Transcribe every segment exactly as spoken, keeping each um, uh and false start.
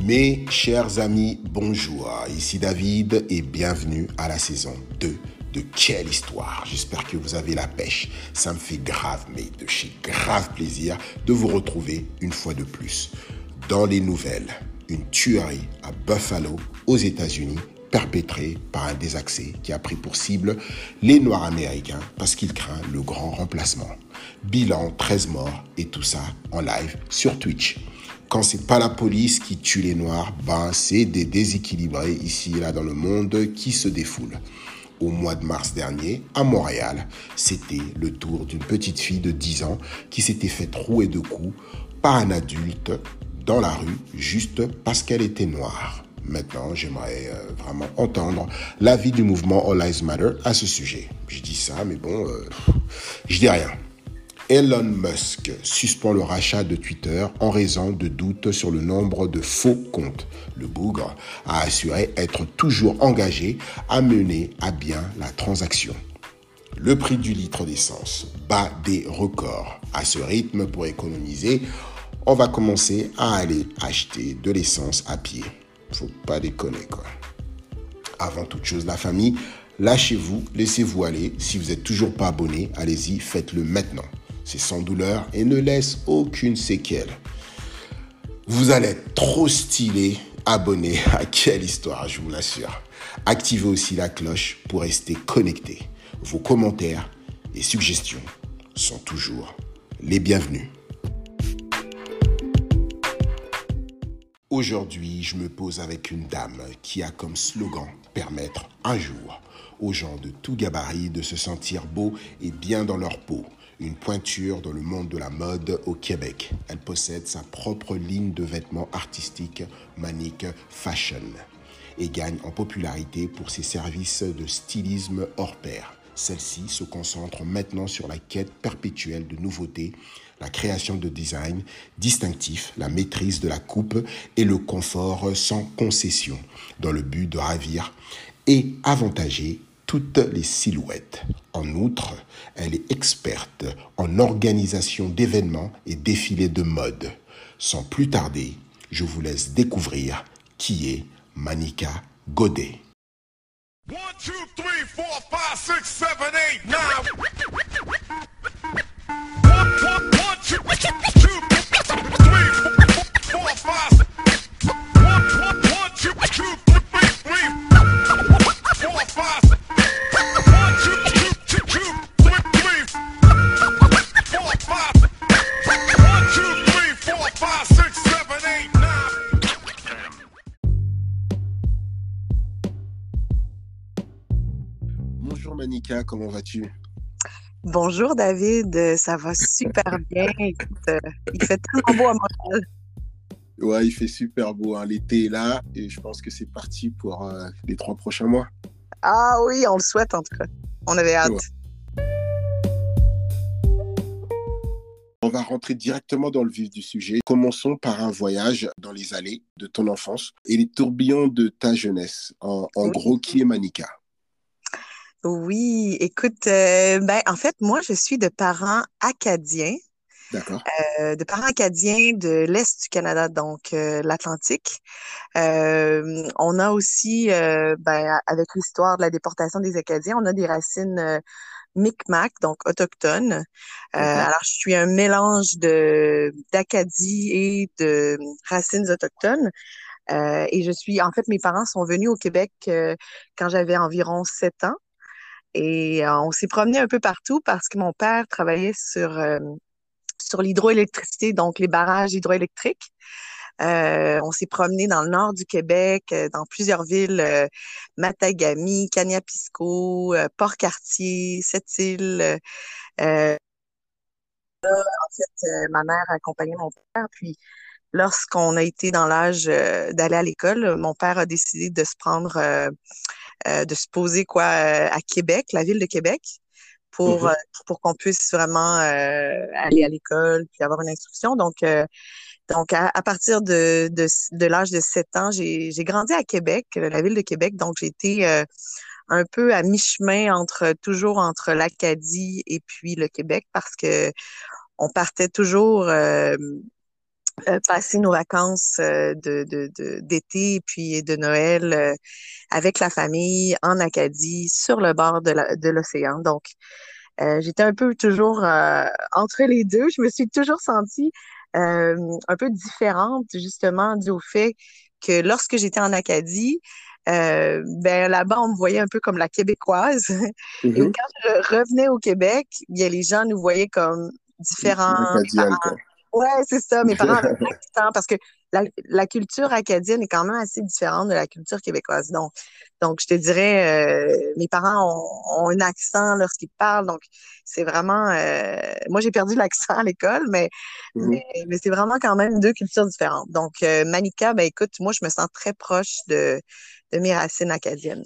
Mes chers amis, bonjour, ici David et bienvenue à la saison deux de Quelle Histoire. J'espère que vous avez la pêche, ça me fait grave, mais de chez grave plaisir de vous retrouver une fois de plus. Dans les nouvelles, une tuerie à Buffalo, aux États-Unis, perpétrée par un désaxé qui a pris pour cible les Noirs américains parce qu'il craint le grand remplacement. Bilan, treize morts et tout ça en live sur Twitch. Quand c'est pas la police qui tue les Noirs, ben c'est des déséquilibrés ici et là dans le monde qui se défoulent. Au mois de mars dernier, à Montréal, c'était le tour d'une petite fille de dix ans qui s'était fait trouer de coups par un adulte dans la rue juste parce qu'elle était noire. Maintenant, j'aimerais euh, vraiment entendre l'avis du mouvement All Lives Matter à ce sujet. Je dis ça, mais bon, euh, je dis rien. Elon Musk suspend le rachat de Twitter en raison de doutes sur le nombre de faux comptes. Le bougre a assuré être toujours engagé à mener à bien la transaction. Le prix du litre d'essence bat des records. À ce rythme, pour économiser, on va commencer à aller acheter de l'essence à pied. Faut pas déconner, quoi. Avant toute chose, la famille, lâchez-vous, laissez-vous aller. Si vous n'êtes toujours pas abonné, allez-y, faites-le maintenant. C'est sans douleur et ne laisse aucune séquelle. Vous allez être trop stylé, abonné à Quelle Histoire, je vous l'assure. Activez aussi la cloche pour rester connecté. Vos commentaires et suggestions sont toujours les bienvenus. Aujourd'hui, je me pose avec une dame qui a comme slogan « Permettre un jour aux gens de tout gabarit de se sentir beaux et bien dans leur peau ». Une pointure dans le monde de la mode au Québec. Elle possède sa propre ligne de vêtements artistiques Manic Fashion et gagne en popularité pour ses services de stylisme hors pair. Celle-ci se concentre maintenant sur la quête perpétuelle de nouveautés, la création de design distinctifs, la maîtrise de la coupe et le confort sans concession, dans le but de ravir et avantager toutes les silhouettes. En outre, elle est experte en organisation d'événements et défilés de mode. Sans plus tarder, je vous laisse découvrir qui est Manika Godet. One, two, three, four, five, six, seven, eight, nine. One, one, one, two, two, three, four, five. One, one, one, two, two, three, three, four, five. One, two, two, two, two, three, three, four, five. One, two, three, four, five, six, seven, eight, nine. Bonjour Manika, comment vas-tu? Bonjour David, ça va super bien. Écoute, euh, il fait tellement beau à Montréal. Ouais, il fait super beau, hein. L'été est là et je pense que c'est parti pour euh, les trois prochains mois. Ah oui, on le souhaite en tout cas. On avait hâte. Ouais. On va rentrer directement dans le vif du sujet. Commençons par un voyage dans les allées de ton enfance et les tourbillons de ta jeunesse. En, en Oui. gros, qui est Manika? Oui, écoute, euh, ben en fait, moi, je suis de parents acadiens, D'accord. euh, de parents acadiens de l'Est du Canada, donc euh, l'Atlantique. Euh, on a aussi, euh, ben, avec l'histoire de la déportation des Acadiens, on a des racines euh, Micmac, donc autochtones. Euh, Mhm. alors, je suis un mélange de d'Acadie et de racines autochtones. Euh, et je suis, en fait, mes parents sont venus au Québec euh, quand j'avais environ sept ans. Et euh, on s'est promené un peu partout parce que mon père travaillait sur, euh, sur l'hydroélectricité, donc les barrages hydroélectriques. Euh, on s'est promené dans le nord du Québec, euh, dans plusieurs villes, euh, Matagami, Kaniapisco, euh, Port-Cartier, Sept-Îles. Euh, euh, en fait, euh, ma mère accompagnait mon père. Puis, lorsqu'on a été dans l'âge euh, d'aller à l'école, mon père a décidé de se prendre, euh, euh, de se poser quoi, euh, à Québec, la ville de Québec, pour, euh, Mhm. pour qu'on puisse vraiment euh, aller à l'école puis avoir une instruction. Donc, euh, donc à, à partir de, de, de l'âge de sept ans, j'ai, j'ai grandi à Québec, euh, la ville de Québec. Donc, j'ai été euh, un peu à mi-chemin entre toujours entre l'Acadie et puis le Québec parce que on partait toujours euh, euh, passer nos vacances euh, de, de, de- d'été puis de Noël euh, avec la famille en Acadie, sur le bord de la- de l'océan. Donc, euh, j'étais un peu toujours euh, entre les deux. Je me suis toujours sentie euh, un peu différente, justement, dû au fait que lorsque j'étais en Acadie, euh, ben là-bas, on me voyait un peu comme la Québécoise. Et Mhm. quand je revenais au Québec, bien, les gens nous voyaient comme différents. Mes Acadienne, parents, quoi. ouais, c'est ça. Mes parents avaient l'accent parce que la, la culture acadienne est quand même assez différente de la culture québécoise. Donc, donc je te dirais, euh, mes parents ont, ont un accent lorsqu'ils parlent. Donc, c'est vraiment. euh, moi, j'ai perdu l'accent à l'école, mais, mais, Mhm. mais c'est vraiment quand même deux cultures différentes. Donc, euh, Manika, ben écoute, moi, je me sens très proche de, de mes racines acadiennes.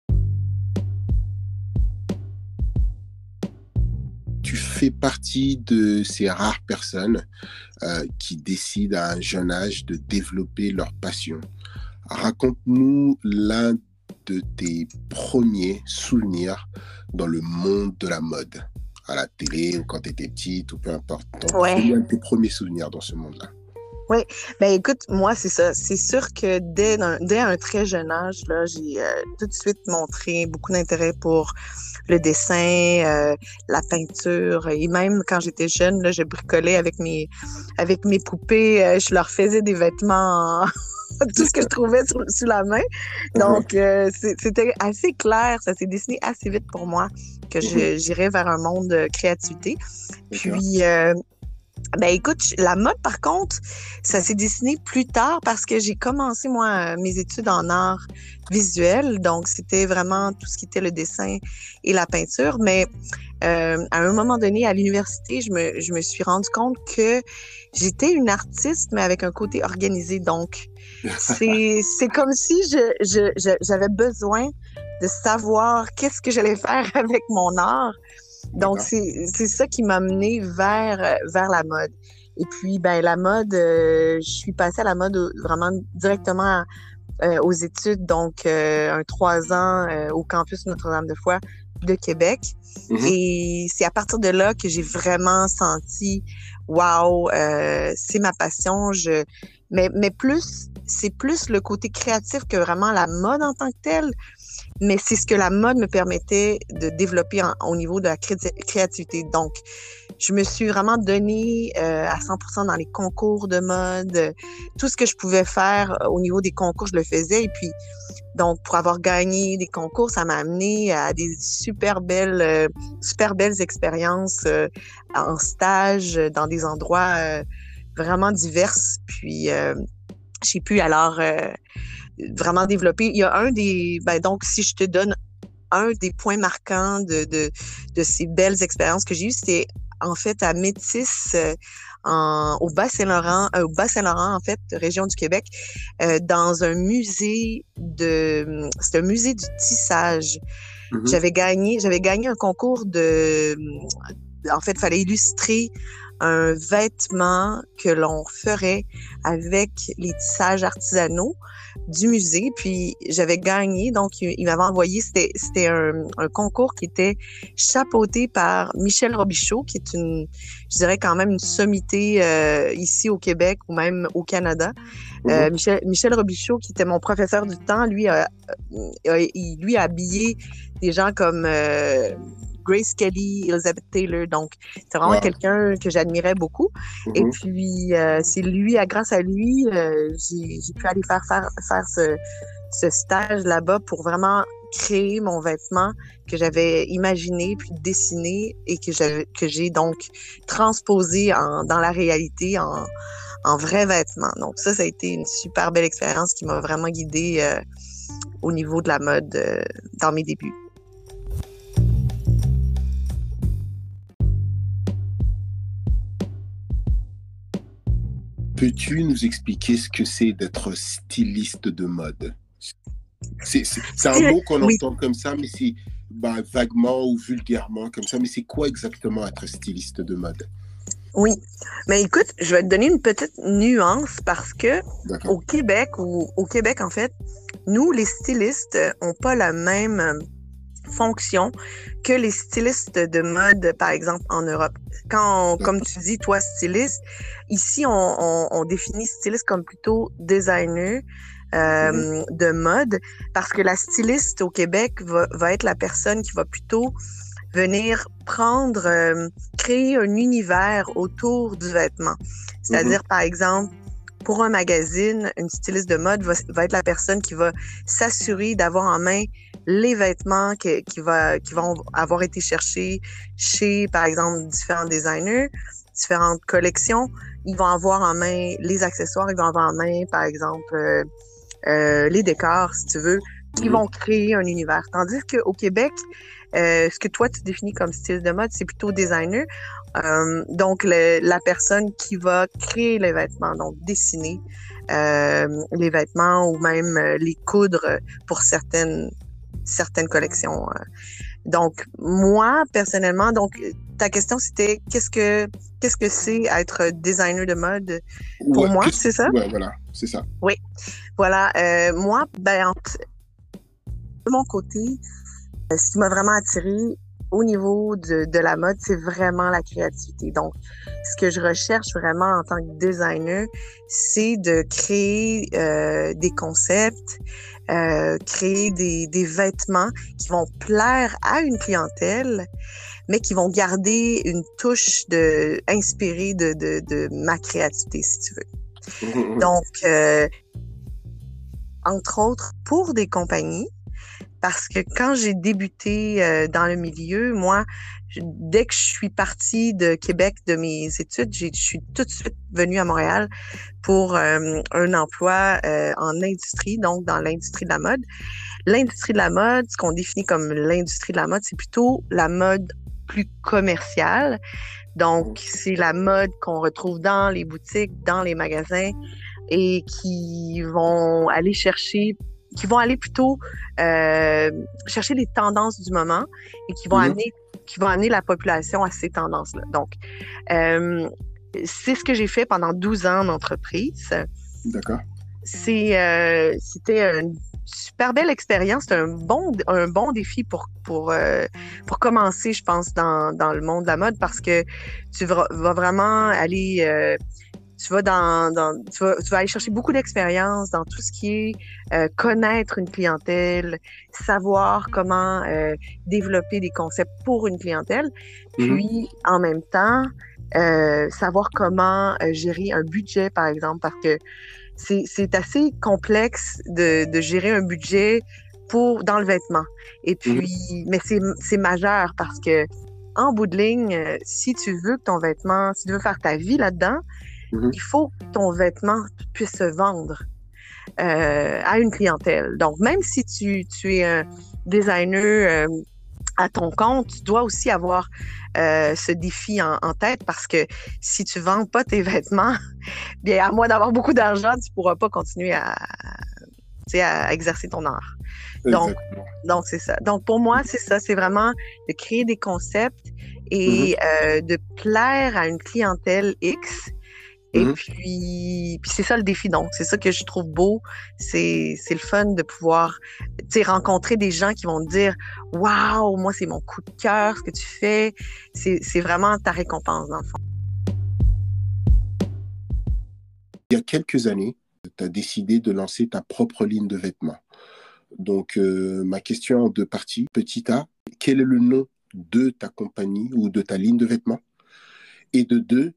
Tu fais partie de ces rares personnes euh, qui décident à un jeune âge de développer leur passion. Raconte-nous l'un de tes premiers souvenirs dans le monde de la mode, à la télé ou quand tu étais petite ou peu importe. Ton Ouais. premier, un de tes premiers souvenirs dans ce monde-là. Oui, ben écoute, moi, c'est ça. C'est sûr que dès un, dès un très jeune âge, là, j'ai euh, tout de suite montré beaucoup d'intérêt pour le dessin, euh, la peinture. Et même quand j'étais jeune, là, je bricolais avec mes, avec mes poupées. Euh, je leur faisais des vêtements, en- tout ce que je trouvais sous, sous la main. Mhm. Donc, euh, c'est- c'était assez clair. Ça s'est dessiné assez vite pour moi que Mhm. je- j'irais vers un monde de créativité. D'accord. Puis, euh, ben écoute, je- la mode, par contre, ça s'est dessiné plus tard parce que j'ai commencé, moi, euh, mes études en art visuel. Donc, c'était vraiment tout ce qui était le dessin et la peinture. Mais euh, à un moment donné, à l'université, je me, je me suis rendu compte que j'étais une artiste, mais avec un côté organisé. Donc, c'est, c'est comme si je, je, je- j'avais besoin de savoir qu'est-ce que j'allais faire avec mon art. Donc, D'accord. c'est, c'est ça qui m'a mené vers, euh, vers la mode. Et puis, ben, la mode, euh, je suis passée à la mode euh, vraiment directement euh, aux études, donc euh, un trois ans euh, au campus Notre-Dame-de-Foy de Québec. Mhm. Et c'est à partir de là que j'ai vraiment senti, wow, euh, c'est ma passion. Je... Mais, mais plus, c'est plus le côté créatif que vraiment la mode en tant que telle. Mais c'est ce que la mode me permettait de développer en- au niveau de la cré- créativité. Donc, je me suis vraiment donnée euh, à cent pour cent dans les concours de mode. Euh, Tout ce que je pouvais faire euh, au niveau des concours, je le faisais. Et puis, donc, pour avoir gagné des concours, ça m'a amené à des super belles, euh, super belles expériences euh, en stage euh, dans des endroits euh, vraiment divers. Puis, euh, j'ai pu alors euh, vraiment développer. Il y a un des, ben donc, si je te donne un des points marquants de, de, de ces belles expériences que j'ai eues, c'était en fait à Métis, euh, en, au Bas-Saint-Laurent, euh, au Bas-Saint-Laurent, en fait, région du Québec, euh, dans un musée de, c'est un musée du tissage. Mhm. J'avais gagné, j'avais gagné un concours de, en fait, il fallait illustrer un vêtement que l'on ferait avec les tissages artisanaux du musée. Puis j'avais gagné, donc il, il m'avait envoyé, c'était, c'était un, un concours qui était chapeauté par Michel Robichaud, qui est une, je dirais quand même une sommité euh, ici au Québec ou même au Canada. Mhm. Euh, Michel, Michel Robichaud, qui était mon professeur du temps, lui a, a- il- lui a habillé des gens comme euh, Grace Kelly, Elizabeth Taylor. Donc, c'est vraiment Wow. quelqu'un que j'admirais beaucoup. Et Mhm. puis, euh, c'est lui, à- grâce à lui, euh, j'ai, j'ai pu aller faire, faire, faire ce, ce stage là-bas pour vraiment créer mon vêtement que j'avais imaginé puis dessiné et que j'avais, que j'ai donc transposé en, dans la réalité en, en vrai vêtement. Donc ça, ça a été une super belle expérience qui m'a vraiment guidée euh, au niveau de la mode euh, dans mes débuts. Peux-tu nous expliquer ce que c'est d'être styliste de mode? C'est, c'est, c'est un mot qu'on Oui, entend comme ça, mais c'est bah, vaguement ou vulgairement comme ça. Mais c'est quoi exactement être styliste de mode? oui. Mais écoute, je vais te donner une petite nuance parce que D'accord. au Québec, ou au Québec, en fait, nous, les stylistes, euh, ont pas la même fonction que les stylistes de mode, par exemple, en Europe. Quand, on, comme tu dis, toi, styliste, ici, on, on, on définit styliste comme plutôt designer euh, mm-hmm. de mode, parce que la styliste au Québec va, va être la personne qui va plutôt venir prendre, euh, créer un univers autour du vêtement. C'est-à-dire, mm-hmm. par exemple, pour un magazine, une styliste de mode va, va être la personne qui va s'assurer d'avoir en main les vêtements qui, qui, va, qui vont avoir été cherchés chez, par exemple, différents designers, différentes collections. Ils vont avoir en main les accessoires, ils vont avoir en main, par exemple, euh, euh, les décors, si tu veux, qui mmh. vont créer un univers. Tandis qu'au Québec, euh, ce que toi, tu définis comme styliste de mode, c'est plutôt designer. Euh, donc, le, la personne qui va créer les vêtements, donc dessiner euh, les vêtements ou même euh, les coudre pour certaines certaines collections. Donc, moi, personnellement, donc ta question, c'était qu'est-ce que qu'est-ce que c'est être designer de mode pour ouais, moi, c'est ça? Ouais, voilà, c'est ça. Oui, voilà. Euh, moi, ben, de mon côté, ce qui m'a vraiment attirée au niveau de, de la mode, c'est vraiment la créativité. Donc, ce que je recherche vraiment en tant que designer, c'est de créer euh, des concepts, euh, créer des, des vêtements qui vont plaire à une clientèle, mais qui vont garder une touche de inspirée de, de, de ma créativité, si tu veux. Donc, euh, entre autres, pour des compagnies, parce que quand j'ai débuté euh, dans le milieu, moi, je, dès que je suis partie de Québec de mes études, j'ai, je suis tout de suite venue à Montréal pour euh, un emploi euh, en industrie, donc dans l'industrie de la mode. L'industrie de la mode, ce qu'on définit comme l'industrie de la mode, c'est plutôt la mode plus commerciale. Donc, c'est la mode qu'on retrouve dans les boutiques, dans les magasins et qui vont aller chercher qui vont aller plutôt euh, chercher les tendances du moment et qui vont mmh. amener qui vont amener la population à ces tendances-là. Donc, euh, c'est ce que j'ai fait pendant douze ans en entreprise. D'accord. C'est, euh, c'était une super belle expérience. C'était un bon, un bon défi pour, pour, euh, pour commencer, je pense, dans, dans le monde de la mode parce que tu vas, vas vraiment aller... Euh, Tu vas, dans, dans, tu, vas, tu vas aller chercher beaucoup d'expérience dans tout ce qui est euh, connaître une clientèle, savoir comment euh, développer des concepts pour une clientèle, puis mmh. en même temps, euh, savoir comment euh, gérer un budget, par exemple, parce que c'est, c'est assez complexe de, de gérer un budget pour, dans le vêtement. Et puis, mmh. mais c'est, c'est majeur parce que en bout de ligne, si tu veux que ton vêtement, si tu veux faire ta vie là-dedans, Mm-hmm. il faut que ton vêtement puisse se vendre euh, à une clientèle. Donc, même si tu, tu es un designer euh, à ton compte, tu dois aussi avoir euh, ce défi en, en tête parce que si tu ne vends pas tes vêtements, bien, à moins d'avoir beaucoup d'argent, tu ne pourras pas continuer à, à exercer ton art. Donc, donc, c'est ça. Donc, pour moi, c'est ça. C'est vraiment de créer des concepts et mm-hmm. euh, de plaire à une clientèle X. Et mmh. puis, puis c'est ça le défi. Donc, c'est ça que je trouve beau. C'est, c'est le fun de pouvoir rencontrer des gens qui vont te dire « Waouh, moi, c'est mon coup de cœur, ce que tu fais. » C'est, c'est vraiment ta récompense, dans le fond. Il y a quelques années, tu as décidé de lancer ta propre ligne de vêtements. Donc, euh, ma question en deux parties. Petit A, quel est le nom de ta compagnie ou de ta ligne de vêtements? Et de deux,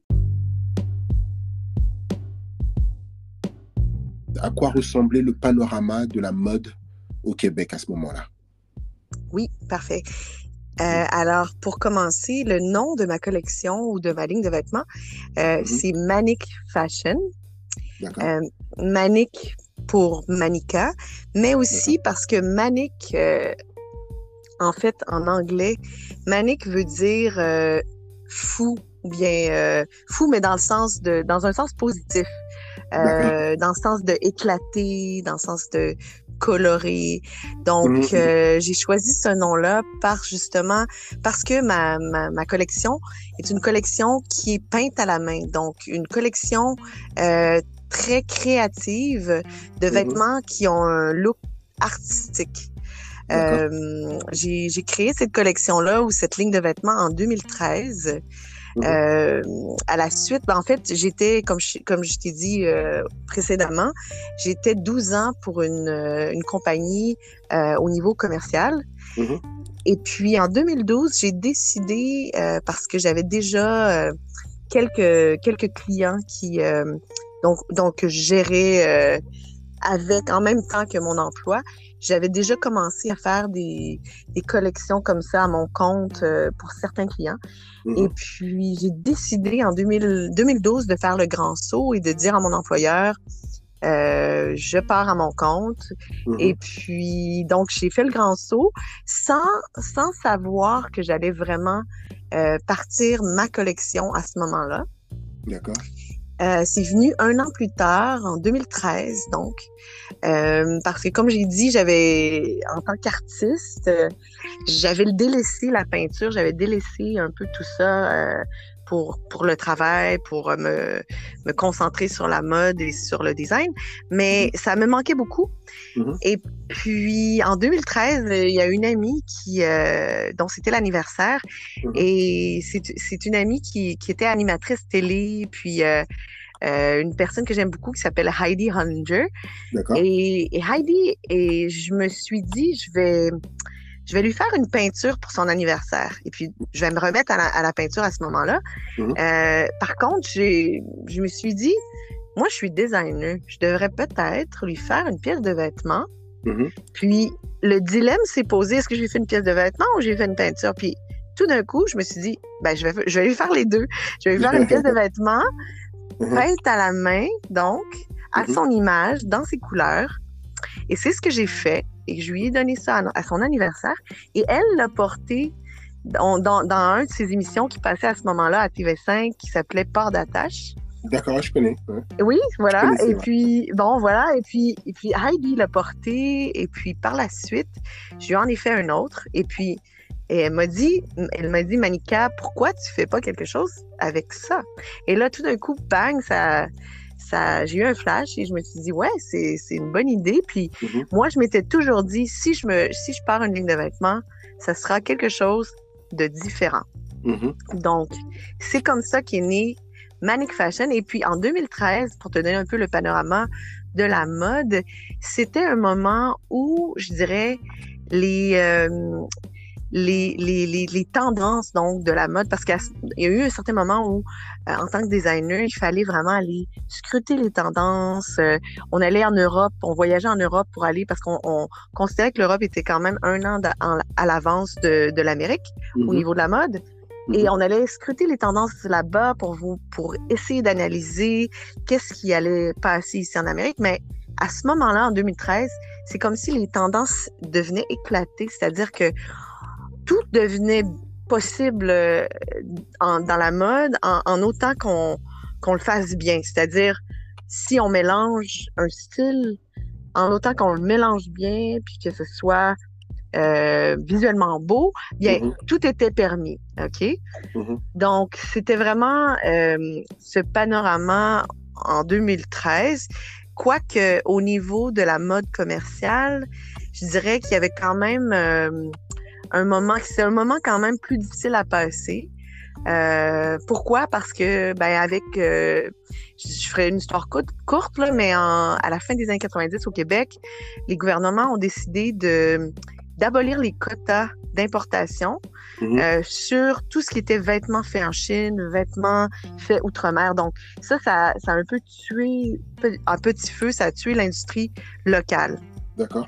à quoi ressemblait le panorama de la mode au Québec à ce moment-là? Oui, parfait. Euh, alors, pour commencer, le nom de ma collection ou de ma ligne de vêtements, euh, mm-hmm. c'est Manic Fashion. D'accord. Euh, Manic pour Manica, mais aussi D'accord. parce que Manic, euh, en fait, en anglais, Manic veut dire euh, fou, ou bien euh, fou, mais dans le sens de, dans un sens positif. Euh, dans le sens de éclater, dans le sens de coloré. Donc, mmh. euh, j'ai choisi ce nom-là par justement parce que ma, ma, ma collection est une collection qui est peinte à la main. Donc, une collection euh, très créative de mmh. vêtements qui ont un look artistique. Euh, j'ai, j'ai créé cette collection-là ou cette ligne de vêtements en deux mille treize. Mhm. Euh, à la suite, ben, en fait, j'étais, comme je, comme je t'ai dit euh, précédemment, j'étais douze ans pour une, euh, une compagnie euh, au niveau commercial. Mhm. Et puis, en deux mille douze, j'ai décidé, euh, parce que j'avais déjà euh, quelques, quelques clients qui, euh, donc, donc, je gérais euh, avec, en même temps que mon emploi, j'avais déjà commencé à faire des, des collections comme ça à mon compte euh, pour certains clients. Mhm. Et puis, j'ai décidé en deux mille, deux mille douze de faire le grand saut et de dire à mon employeur, euh, je pars à mon compte. Mhm. Et puis, donc, j'ai fait le grand saut sans, sans savoir que j'allais vraiment euh, partir ma collection à ce moment-là. D'accord. Euh, c'est venu un an plus tard, en deux mille treize, donc, euh, parce que comme j'ai dit, j'avais, en tant qu'artiste, euh, j'avais délaissé la peinture, j'avais délaissé un peu tout ça euh, pour, pour le travail, pour euh, me, me concentrer sur la mode et sur le design, mais Mhm. ça me manquait beaucoup. Mhm. Et puis, en deux mille treize, il y a une amie qui, euh, dont c'était l'anniversaire, Mhm. et c'est, c'est une amie qui, qui était animatrice télé, puis euh, euh, une personne que j'aime beaucoup qui s'appelle Heidi Hollinger. D'accord. Et, et Heidi, et je me suis dit, je vais, je vais lui faire une peinture pour son anniversaire. Et puis, je vais me remettre à la, à la peinture à ce moment-là. Mhm. Euh, par contre, j'ai, je me suis dit, moi, je suis designer. Je devrais peut-être lui faire une pièce de vêtement. Mhm. Puis, le dilemme s'est posé, est-ce que je lui fais une pièce de vêtement ou je lui fais une peinture? Puis, tout d'un coup, je me suis dit, ben, je vais, je vais lui faire les deux. Je vais lui faire une pièce de vêtement Mhm. peinte à la main, donc, à Mhm. son image, dans ses couleurs. Et c'est ce que j'ai fait. Et je lui ai donné ça à, à son anniversaire. Et elle l'a porté dans, dans, dans un de ses émissions qui passait à ce moment-là à T V cinq, qui s'appelait Port d'attache. D'accord, je connais. Ouais. Oui, Je voilà. connaissais, Et ouais. puis, bon, voilà. Et puis, et puis Heidi l'a porté. Et puis, par la suite, je lui en ai fait un autre. Et puis, et elle m'a dit, elle m'a dit, Manika, pourquoi tu fais pas quelque chose avec ça? Et là, tout d'un coup, bang, ça, ça, j'ai eu un flash et je me suis dit, ouais, c'est, c'est une bonne idée. Puis, Mhm. moi, je m'étais toujours dit, si je me, si je pars une ligne de vêtements, ça sera quelque chose de différent. Mhm. Donc, c'est comme ça qu'est né Manic Fashion. Et puis, en deux mille treize, pour te donner un peu le panorama de la mode, c'était un moment où, je dirais, les, euh, les, les, les, les tendances donc de la mode, parce qu'il y a eu un certain moment où, euh, en tant que designer, il fallait vraiment aller scruter les tendances. Euh, on allait en Europe, on voyageait en Europe pour aller, parce qu'on on considérait que l'Europe était quand même un an d'a- en- à l'avance de, de l'Amérique au Mhm. niveau de la mode. Et on allait scruter les tendances là-bas pour vous, pour essayer d'analyser qu'est-ce qui allait passer ici en Amérique. Mais à ce moment-là, en deux mille treize, c'est comme si les tendances devenaient éclatées, c'est-à-dire que tout devenait possible euh, en- dans la mode en, en autant qu'on qu'on le fasse bien. C'est-à-dire, si on mélange un style, en autant qu'on le mélange bien, puis que ce soit euh, visuellement beau, bien, Mhm. tout était permis, OK? Mhm. Donc, c'était vraiment euh, ce panorama en deux mille treize. Quoique, au niveau de la mode commerciale, je dirais qu'il y avait quand même euh, un moment, c'est un moment quand même plus difficile à passer. Euh, pourquoi? Parce que, ben, avec, euh, je ferai une histoire courte, courte là, mais en, à la fin des années quatre-vingt-dix au Québec, les gouvernements ont décidé de d'abolir les quotas d'importation Mhm. euh, sur tout ce qui était vêtements faits en Chine, vêtements faits outre-mer. Donc, ça, ça, ça a un peu tué, un petit feu, ça a tué l'industrie locale. D'accord.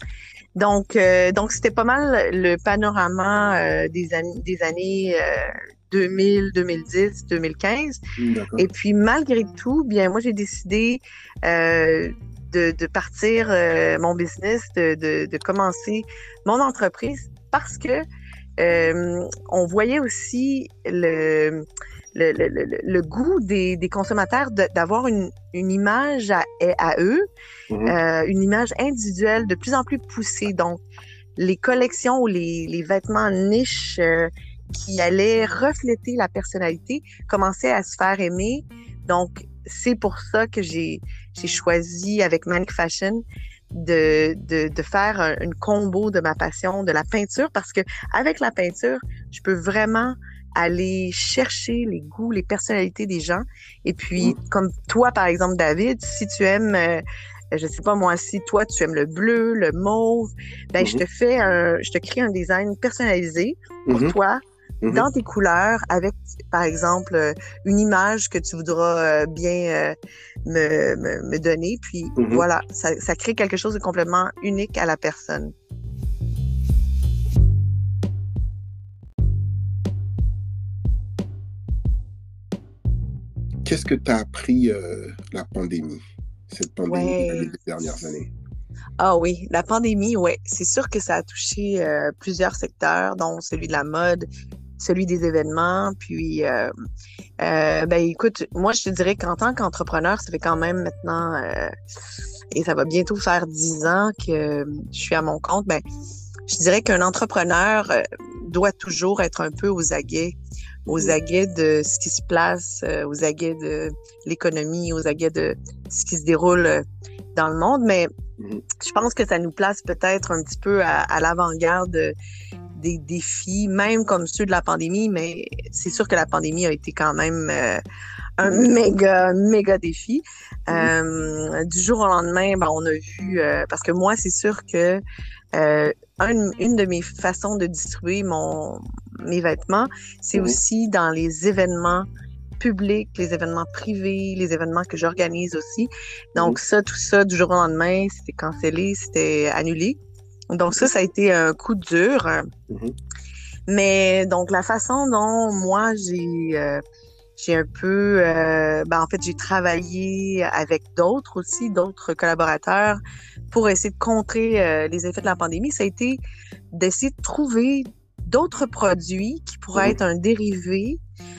Donc, euh, donc c'était pas mal le panorama euh, des, an- des années euh, deux mille, deux mille dix, deux mille quinze. D'accord. Et puis, malgré tout, bien, moi, j'ai décidé euh, de, de partir euh, mon business, de, de, de commencer mon entreprise parce que euh, on voyait aussi le, le, le, le, le goût des, des consommateurs de, d'avoir une, une image à, à eux, Mhm. euh, une image individuelle de plus en plus poussée. Donc, les collections ou les, les vêtements niches euh, qui allaient refléter la personnalité commençaient à se faire aimer. Donc, c'est pour ça que j'ai, j'ai choisi avec Manic Fashion de, de, de faire un, une combo de ma passion, de la peinture, parce que avec la peinture, je peux vraiment aller chercher les goûts, les personnalités des gens. Et puis, Mhm. comme toi, par exemple, David, si tu aimes, euh, je sais pas moi, si toi, tu aimes le bleu, le mauve, ben, je te Mhm. fais un, je te crée un design personnalisé pour Mhm. toi, Mhm. dans tes couleurs, avec, par exemple, euh, une image que tu voudras euh, bien euh, me, me, me donner. Puis Mhm. voilà, ça, ça crée quelque chose de complètement unique à la personne. Qu'est-ce que t'as appris euh, la pandémie, cette pandémie de Ouais. les dernières années? Ah oui, la pandémie, ouais, c'est sûr que ça a touché euh, plusieurs secteurs, dont celui de la mode, celui des événements. Puis, euh, euh, ben écoute, moi, je te dirais qu'en tant qu'entrepreneur, ça fait quand même maintenant, euh, et ça va bientôt faire dix ans que je suis à mon compte. Ben, je dirais qu'un entrepreneur euh, doit toujours être un peu aux aguets, aux Mhm. aguets de ce qui se place, euh, aux aguets de l'économie, aux aguets de ce qui se déroule euh, dans le monde. Mais Mhm. je pense que ça nous place peut-être un petit peu à, à l'avant-garde des défis, même comme ceux de la pandémie, mais c'est sûr que la pandémie a été quand même euh, un Mhm. méga, méga défi. Mhm. Euh, du jour au lendemain, ben, on a vu, euh, parce que moi, c'est sûr que euh, un- une de mes façons de distribuer mon, mes vêtements, c'est Mhm. aussi dans les événements publics, les événements privés, les événements que j'organise aussi. Mhm. Donc ça, tout ça, du jour au lendemain, c'était cancellé, c'était annulé. Donc ça, Mhm. ça a été un coup dur. Mhm. Mais donc la façon dont moi j'ai euh, j'ai un peu euh, ben en fait j'ai travaillé avec d'autres aussi, d'autres collaborateurs pour essayer de contrer euh, les effets de la pandémie, ça a été d'essayer de trouver d'autres produits qui pourraient Mhm. être un dérivé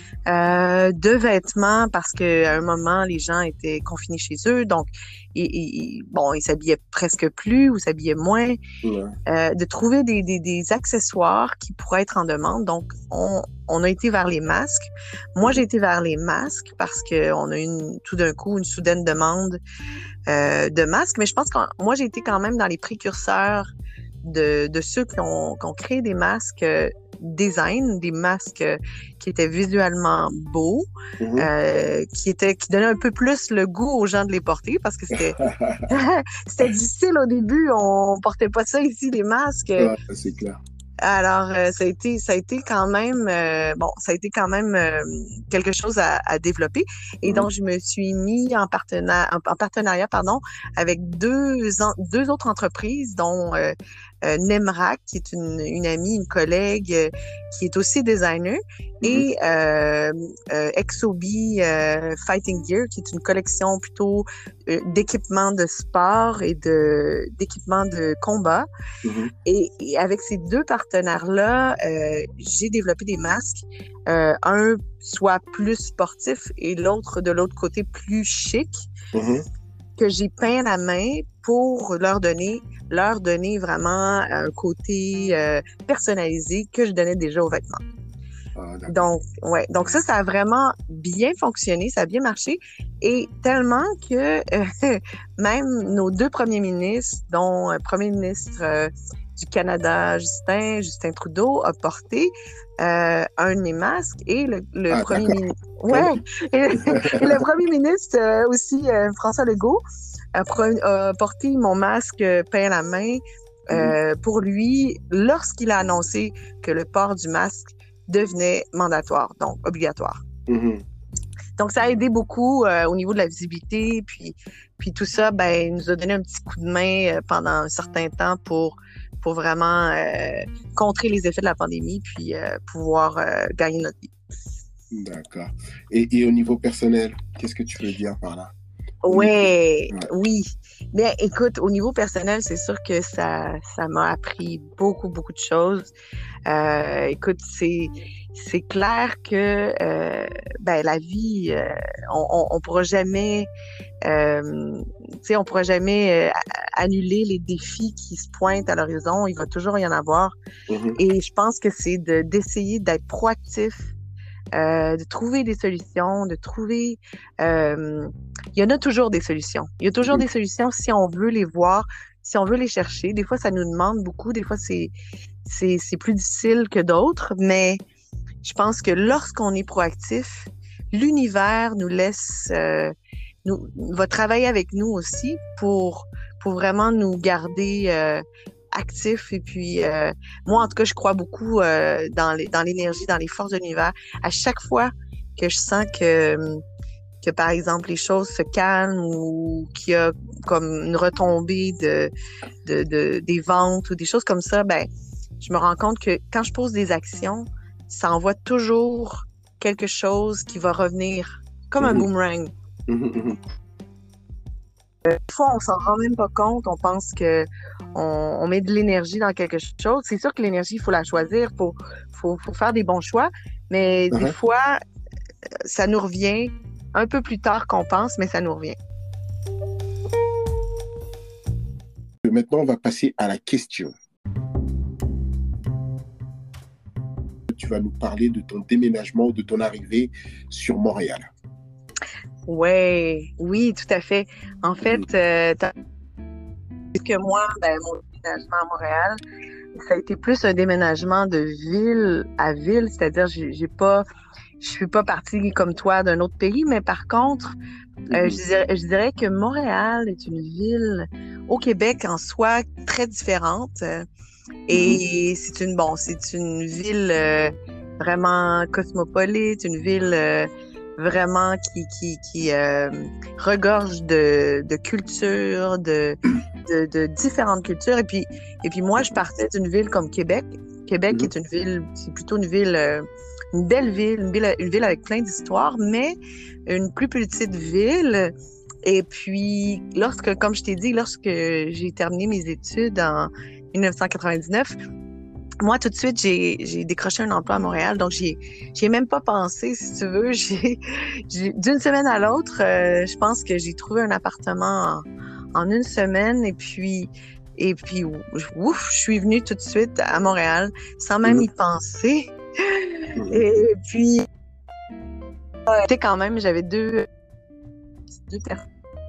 euh, de vêtements parce qu'à un moment, les gens étaient confinés chez eux, donc ils, ils- bon, ils s'habillaient presque plus ou s'habillaient moins. Ouais. Euh, de trouver des, des, des accessoires qui pourraient être en demande. Donc, on, on a été vers les masques. Moi, j'ai Mhm. été vers les masques parce qu'on a eu une, tout d'un coup une soudaine demande euh, de masques. Mais je pense que moi, j'ai été quand même dans les précurseurs de, de ceux qui ont, qui ont créé des masques euh, design, des masques euh, qui étaient visuellement beaux, Mhm. euh, qui étaient, qui donnaient un peu plus le goût aux gens de les porter parce que c'était c'était difficile au début, on portait pas ça ici, les masques. Ouais, c'est clair. Alors, euh, ça a été, ça a été quand même, euh, bon, ça a été quand même euh, quelque chose à, à développer. Et Mhm. donc, je me suis mis en partenariat, en, en partenariat, pardon, avec deux, en- deux autres entreprises, dont euh, euh, Nemrak, qui est une, une amie, une collègue, euh, qui est aussi designer, Mhm. et euh, euh, Exobi euh, Fighting Gear, qui est une collection plutôt euh, d'équipements de sport et de d'équipements de combat. Mhm. Et, et avec ces deux partenaires-là, euh, j'ai développé des masques. Euh, un soit plus sportif et l'autre de l'autre côté plus chic, Mhm. que j'ai peint à la main pour leur donner leur donner vraiment un côté euh, personnalisé que je donnais déjà aux vêtements. Ah, d'accord. Donc, ouais. Donc ça, ça a vraiment bien fonctionné, ça a bien marché. Et tellement que euh, même nos deux premiers ministres, dont un premier ministre euh, du Canada, Justin, Justin Trudeau, a porté euh, un de mes masques et le, le Ah, premier d'accord. ministre. Quand Ouais. Et, et le premier ministre euh, aussi, euh, François Legault, a, pre- a porté mon masque euh, peint à la main. même. Euh, pour lui, lorsqu'il a annoncé que le port du masque devenait mandatoire, donc obligatoire. Mhm. Donc, ça a aidé beaucoup euh, au niveau de la visibilité, puis, puis tout ça, ben, il nous a donné un petit coup de main euh, pendant un certain temps pour, pour vraiment euh, contrer les effets de la pandémie, puis euh, pouvoir euh, gagner notre vie. D'accord. Et, et au niveau personnel, qu'est-ce que tu veux dire par là? Au niveau... Ouais, Ouais. oui. Bien, écoute, au niveau personnel, c'est sûr que ça, ça m'a appris beaucoup, beaucoup de choses. Euh, écoute, c'est, c'est clair que euh, ben, la vie, euh, on, on, on pourra jamais, euh, tu sais, on pourra jamais euh, annuler les défis qui se pointent à l'horizon. Il va toujours y en avoir. Mhm. Et je pense que c'est de, d'essayer d'être proactif, euh, de trouver des solutions, de trouver... Euh, il y en a toujours des solutions. Il y a toujours Mhm. des solutions si on veut les voir, si on veut les chercher. Des fois, ça nous demande beaucoup. Des fois, c'est, c'est, c'est plus difficile que d'autres. Mais je pense que lorsqu'on est proactif, l'univers nous laisse, euh, nous, va travailler avec nous aussi pour, pour vraiment nous garder euh, actifs. Et puis, euh, moi, en tout cas, je crois beaucoup euh, dans les, dans l'énergie, dans les forces de l'univers. À chaque fois que je sens que, que, par exemple, les choses se calment ou qu'il y a comme une retombée de, de, de, des ventes ou des choses comme ça, ben, je me rends compte que quand je pose des actions, ça envoie toujours quelque chose qui va revenir comme un Mhm. boomerang. Mhm, mhm. Des fois, on s'en rend même pas compte. On pense que on, on met de l'énergie dans quelque chose. C'est sûr que l'énergie, il faut la choisir, il faut, faut, faut faire des bons choix. Mais des Uh-huh. fois, ça nous revient un peu plus tard qu'on pense, mais ça nous revient. Maintenant, on va passer à la question. Tu vas nous parler de ton déménagement, de ton arrivée sur Montréal. Ouais, oui, tout à fait. En fait, Mhm. euh, t'as- que moi, ben, mon déménagement à Montréal, ça a été plus un déménagement de ville à ville, c'est-à-dire j'ai, j'ai pas, je suis pas partie comme toi d'un autre pays, mais par contre, euh, Mhm. je dirais, je dirais que Montréal est une ville au Québec en soi très différente. euh, Et c'est une, bon, c'est une ville euh, vraiment cosmopolite, une ville euh, vraiment qui, qui, qui euh, regorge de, de culture, de, de, de différentes cultures. Et puis, et puis moi, je partais d'une ville comme Québec. Québec Mhm. est une ville, c'est plutôt une ville, euh, une belle ville, une ville, une ville avec plein d'histoires, mais une plus petite ville. Et puis, lorsque, comme je t'ai dit, lorsque j'ai terminé mes études en dix-neuf cent quatre-vingt-dix-neuf, moi, tout de suite, j'ai, j'ai décroché un emploi à Montréal. Donc, j'y ai, j'y ai même pas pensé, si tu veux. J'ai, j'ai- d'une semaine à l'autre, euh, je pense que j'ai trouvé un appartement en, en une semaine. Et puis, et puis, ouf, je suis venue tout de suite à Montréal sans même Mhm. y penser. Mhm. Et puis, tu sais, quand même, j'avais deux, deux personnes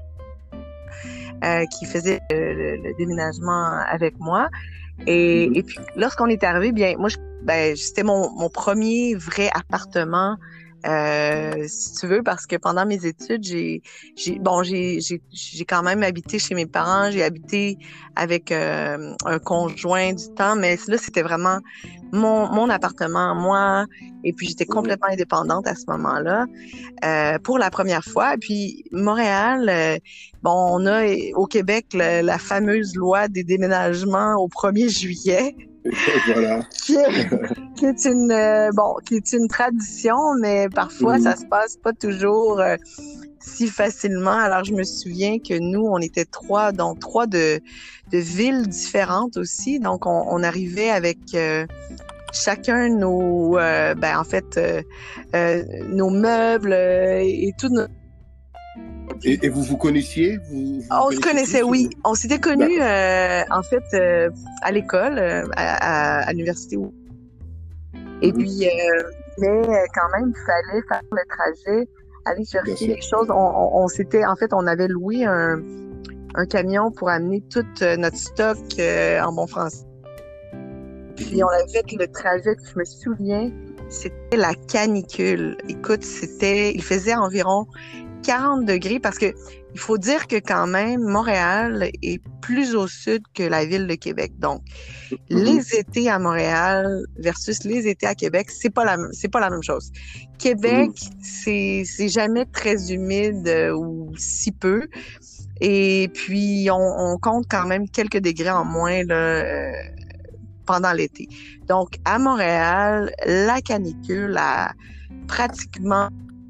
euh, qui faisaient le, le- le déménagement avec moi. Et, Mhm. et puis, lorsqu'on est arrivé, bien, moi, je- ben, c'était mon, mon premier vrai appartement, euh, si tu veux, parce que pendant mes études, j'ai, j'ai, bon, j'ai, j'ai, j'ai quand même habité chez mes parents, j'ai habité avec euh, un conjoint du temps, mais là, c'était vraiment mon, mon appartement, moi, et puis j'étais Mhm. complètement indépendante à ce moment-là euh, pour la première fois. Puis Montréal, euh, bon, on a euh, au Québec le- la fameuse loi des déménagements au premier juillet, Voilà. qui est, qui est une euh, bon, qui est une tradition, mais parfois Mhm. ça se passe pas toujours euh, si facilement. Alors je me souviens que nous, on était trois, donc trois de, de villes différentes aussi. Donc on, on arrivait avec euh, chacun nos, euh, ben en fait, euh, euh, nos meubles euh, et tout nos Et, et vous vous connaissiez? Vous vous, vous On se connaissiez connaissait, tous ou oui. vous... On s'était connus, D'accord. euh, en fait, euh, à l'école, euh, à, à, à l'université. Et Mhm. puis, euh, mais euh, quand même, il fallait faire le trajet, aller Bien chercher sûr. les choses. On, on, on s'était, en fait, on avait loué un, un camion pour amener tout euh, notre stock euh, en bon français. Puis, Mhm. on avait fait le trajet, je me souviens, c'était la canicule. Écoute, c'était, il faisait environ quarante degrés parce que il faut dire que quand même, Montréal est plus au sud que la ville de Québec. Donc, Mhm. les étés à Montréal versus les étés à Québec, c'est pas la même, c'est pas la même chose. Québec, Mhm. c'est, c'est jamais très humide euh, ou si peu. Et puis, on, on compte quand même quelques degrés en moins là, euh, pendant l'été. Donc, à Montréal, la canicule a pratiquement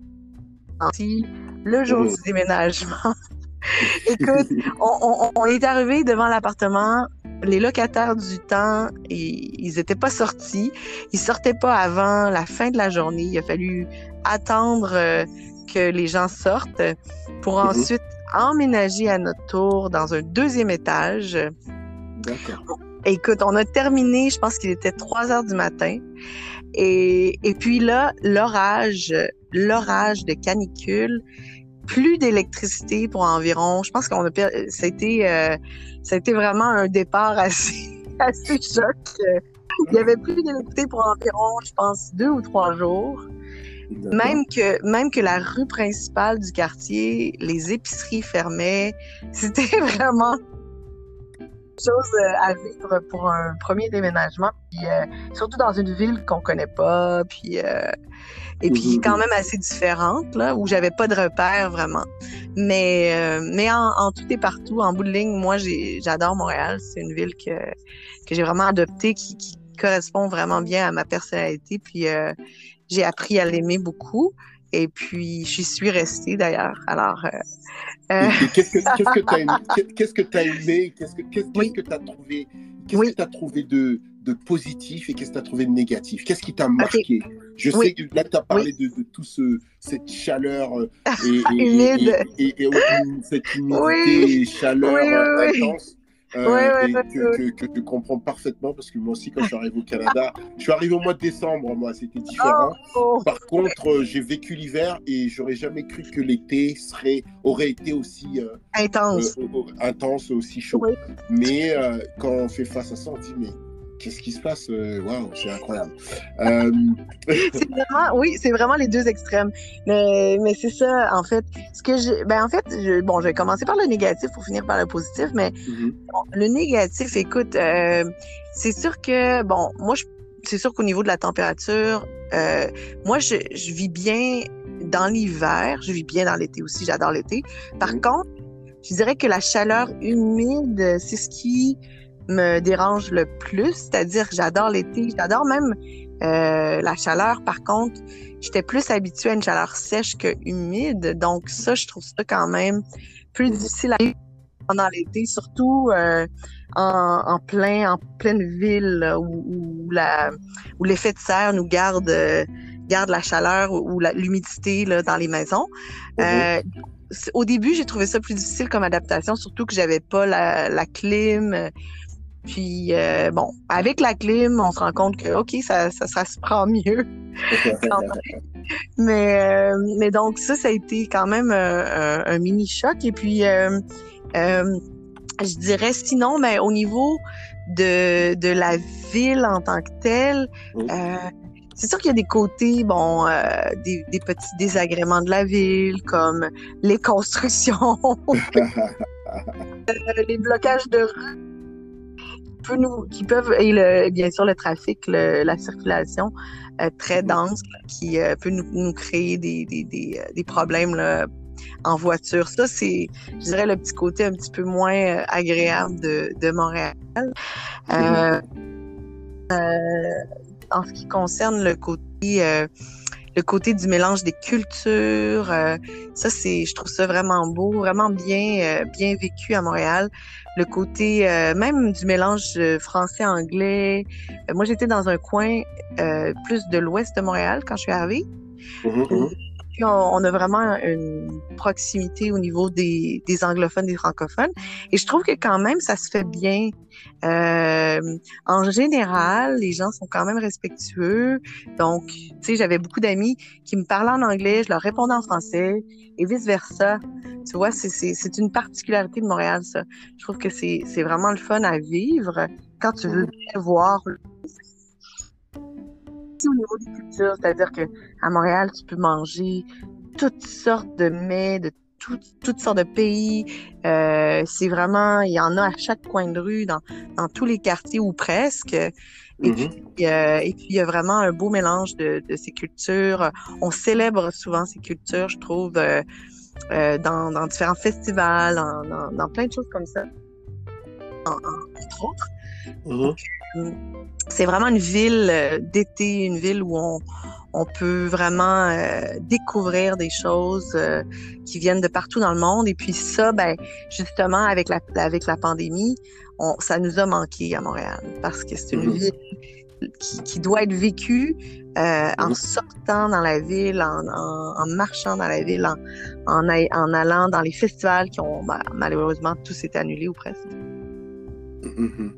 senti le jour Mhm. du déménagement. Écoute, on, on, on est arrivé devant l'appartement. Les locataires du temps, ils, ils étaient pas sortis. Ils sortaient pas avant la fin de la journée. Il a fallu attendre euh, que les gens sortent pour Mhm. ensuite emménager à notre tour dans un deuxième étage. D'accord. Écoute, on a terminé, je pense qu'il était trois heures du matin. Et, et puis là, l'orage, l'orage de canicule plus d'électricité pour environ, je pense qu'on a per- ça a été, euh, ça a été vraiment un départ assez, assez choc. Euh, Il y avait plus d'électricité pour environ, je pense, deux ou trois jours. D'accord. Même que, même que la rue principale du quartier, les épiceries fermaient. C'était vraiment une chose euh, à vivre pour un premier déménagement. Puis, euh, surtout dans une ville qu'on connaît pas. Puis, euh, et puis Mhm. quand même assez différente, là, où j'avais pas de repères vraiment. Mais, euh, mais en, en tout et partout, en bout de ligne, moi, j'ai, j'adore Montréal. C'est une ville que, que j'ai vraiment adoptée, qui, qui correspond vraiment bien à ma personnalité. Puis euh, j'ai appris à l'aimer beaucoup. Et puis, j'y suis restée d'ailleurs. Alors, euh, euh, Et, et qu'est-ce que qu'est-ce que t'as aimé, qu'est- qu'est-ce que t'as aimé, qu'est-ce que qu'est-ce, oui, qu'est-ce que t'as trouvé, qu'est-ce oui, que t'as trouvé de de positif et qu'est-ce que t'as trouvé de négatif, qu'est-ce qui t'a ok, marqué? Je sais oui, que là t'as oui, parlé de, de tout ce cette chaleur euh, et et, et, humide. et, et- et, ouais, hum, cette humidité Oui, et chaleur oui, euh, oui, oui, intense. oui, Euh, oui, et oui, que, que, que je comprends parfaitement parce que moi aussi quand je suis arrivé au Canada, je suis arrivé au mois de décembre, moi c'était différent. oh, Par contre, euh, j'ai vécu l'hiver et j'aurais jamais cru que l'été serait, aurait été aussi euh, euh, intense. euh, intense, aussi chaud. Oui. Mais euh, quand on fait face à ça, on dit mais qu'est-ce qui se passe? Euh, Waouh, c'est incroyable. Euh, C'est vraiment, oui, c'est vraiment les deux extrêmes. Mais, mais c'est ça, en fait. Ce que je, ben, en fait, je, bon, je vais commencer par le négatif pour finir par le positif, mais mhm, bon, le négatif, écoute, euh, c'est sûr que, bon, moi, je, c'est sûr qu'au niveau de la température, euh, moi, je, je vis bien dans l'hiver, je vis bien dans l'été aussi, j'adore l'été. Par mhm, contre, je dirais que la chaleur humide, c'est ce qui me dérange le plus, c'est-à-dire que j'adore l'été, j'adore même euh, la chaleur. Par contre, j'étais plus habituée à une chaleur sèche que humide, donc ça, je trouve ça quand même plus mhm, difficile à vivre pendant l'été, surtout euh, en, en plein, en pleine ville là, où, où la, où l'effet de serre nous garde, euh, garde la chaleur ou, ou la- l'humidité là, dans les maisons. mhm. Euh, c'est- au début, j'ai trouvé ça plus difficile comme adaptation, surtout que j'avais pas la, la clim. euh, Puis, euh, bon, avec la clim, on se rend compte que, OK, ça, ça, ça se prend mieux quand même. Mais, euh, mais donc, ça, ça a été quand même euh, un, un mini-choc. Et puis, euh, euh, je dirais sinon, mais au niveau de, de la ville en tant que telle, Mhm. euh, c'est sûr qu'il y a des côtés, bon, euh, des, des petits désagréments de la ville, comme les constructions, les blocages de rue peut nous, qui peuvent, et le, bien sûr le trafic, le, la circulation euh, très Mhm, dense là, qui euh, peut nous, nous créer des, des, des, euh, des problèmes là, en voiture. Ça, c'est, je dirais, le petit côté un petit peu moins euh, agréable de, de Montréal. mhm, Euh, en ce qui concerne le côté, euh, le côté du mélange des cultures, euh, ça, c'est, je trouve ça vraiment beau, vraiment bien, euh, bien vécu à Montréal. Le côté euh, même du mélange euh, français-anglais. Euh, moi, j'étais dans un coin euh, plus de l'ouest de Montréal quand je suis arrivée. mhm, Et mhm. puis, on, on a vraiment une proximité au niveau des, des anglophones, des francophones. Et je trouve que quand même, ça se fait bien. Euh, en général, les gens sont quand même respectueux. Donc, tu sais, j'avais beaucoup d'amis qui me parlaient en anglais, je leur répondais en français et vice-versa. Tu vois, c'est, c'est, c'est une particularité de Montréal, ça. Je trouve que c'est, c'est vraiment le fun à vivre quand tu veux Mhm. bien voir au niveau des cultures, c'est-à-dire que à Montréal, tu peux manger toutes sortes de mets de tout- toutes sortes de pays. Euh, c'est vraiment, il y en a à chaque coin de rue, dans, dans tous les quartiers ou presque. Et puis, Mhm. euh, et puis, il y a vraiment un beau mélange de, de ces cultures. On célèbre souvent ces cultures, je trouve, euh, euh, dans, dans différents festivals, dans, dans, dans plein de choses comme ça, entre autres. Mhm. Euh, C'est vraiment une ville euh, d'été, une ville où on, on peut vraiment euh, découvrir des choses euh, qui viennent de partout dans le monde. Et puis ça, ben, justement, avec la, avec la pandémie, on, ça nous a manqué à Montréal parce que c'est une Mhm. ville qui, qui doit être vécue euh, en Mhm. sortant dans la ville, en, en, en marchant dans la ville, en, en, a- en allant dans les festivals qui ont ben, malheureusement tous été annulés ou presque. Mhm.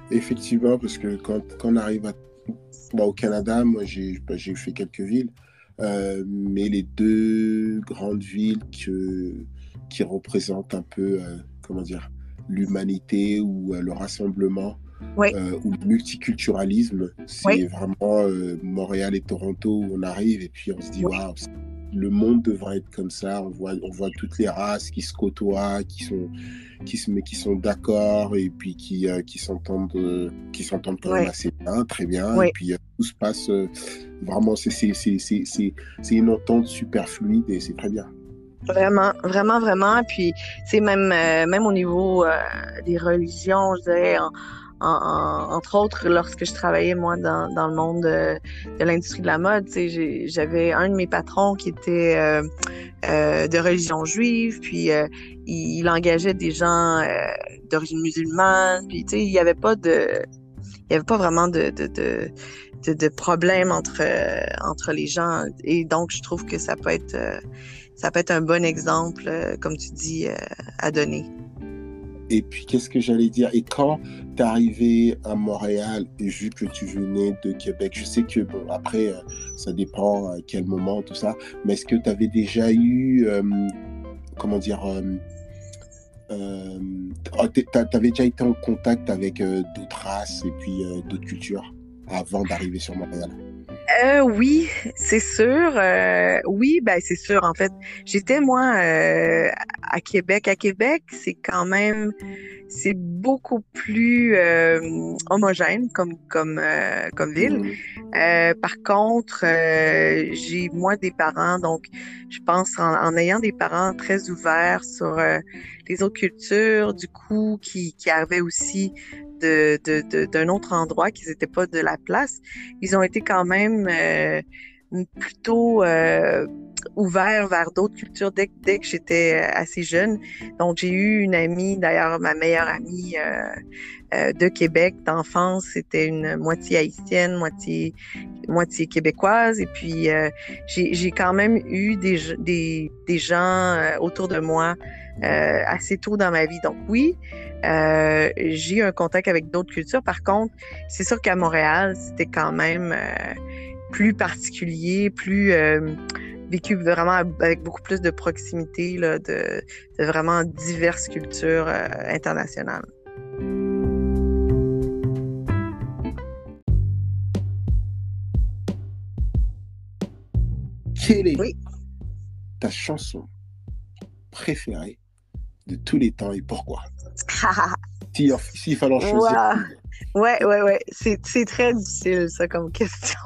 Effectivement, parce que quand, quand on arrive à, bon, au Canada, moi j'ai bah, j'ai fait quelques villes. Euh, mais les deux grandes villes que, qui représentent un peu, euh, comment dire, l'humanité ou euh, le rassemblement Oui, euh, ou le multiculturalisme, oui, c'est vraiment euh, Montréal et Toronto où on arrive et puis on se dit, oui, waouh, le monde devrait être comme ça. On voit, on voit toutes les races qui se côtoient, qui sont, qui se, mais qui sont d'accord et puis qui, euh, qui s'entendent, euh, qui s'entendent quand même oui, assez bien, très bien. Et oui. puis euh, tout se passe euh, vraiment, c'est, c'est, c'est, c'est, c'est, c'est une entente super fluide et c'est très bien. Vraiment, vraiment, vraiment. Puis, c'est même, euh, même au niveau euh, des religions, je dirais, en, en- en- entre autres, lorsque je travaillais, moi, dans, dans le monde de, de l'industrie de la mode, tu sais, j'ai- j'avais un de mes patrons qui était euh, euh, de religion juive, puis euh, il, il engageait des gens euh, d'origine musulmane, puis, tu sais, il n'y avait pas de, il y avait pas vraiment de, de, de, de, de problème entre, euh, entre les gens. Et donc, je trouve que ça peut être, euh, ça peut être un bon exemple, euh, comme tu dis, euh, à donner. Et puis, qu'est-ce que j'allais dire? Et quand tu es arrivé à Montréal, et vu que tu venais de Québec, je sais que, bon, après, euh, ça dépend à quel moment, tout ça, mais est-ce que tu avais déjà eu, euh, comment dire, euh, euh, tu avais déjà été en contact avec euh, d'autres races et puis euh, d'autres cultures avant d'arriver sur Montréal? Euh, oui, c'est sûr. Euh, oui, ben c'est sûr. En fait, j'étais moi euh, à Québec. À Québec, c'est quand même, c'est beaucoup plus euh, homogène comme comme euh, comme ville. Mhm. Euh, par contre, euh, j'ai moi des parents, donc je pense en, en ayant des parents très ouverts sur euh, les autres cultures, du coup, qui, qui avaient aussi de, de, de- d'un autre endroit, qu'ils n'étaient pas de la place, ils ont été quand même euh, plutôt euh, ouverts vers d'autres cultures dès, que- dès que j'étais assez jeune. Donc, j'ai eu une amie, d'ailleurs, ma meilleure amie euh, euh, de Québec d'enfance, c'était une moitié haïtienne, moitié moitié québécoise. Et puis, euh, j'ai, j'ai quand même eu des, des, des gens euh, autour de moi euh, assez tôt dans ma vie. Donc, oui, euh, j'ai eu un contact avec d'autres cultures. Par contre, c'est sûr qu'à Montréal, c'était quand même euh, plus particulier, plus euh, vécu vraiment avec beaucoup plus de proximité, là, de, de vraiment diverses cultures euh, internationales. Quelle est Oui. ta chanson préférée de tous les temps et pourquoi? S'il si, fallait en choisir Wow. une. Ouais, ouais, ouais. C'est, c'est très difficile, ça, comme question.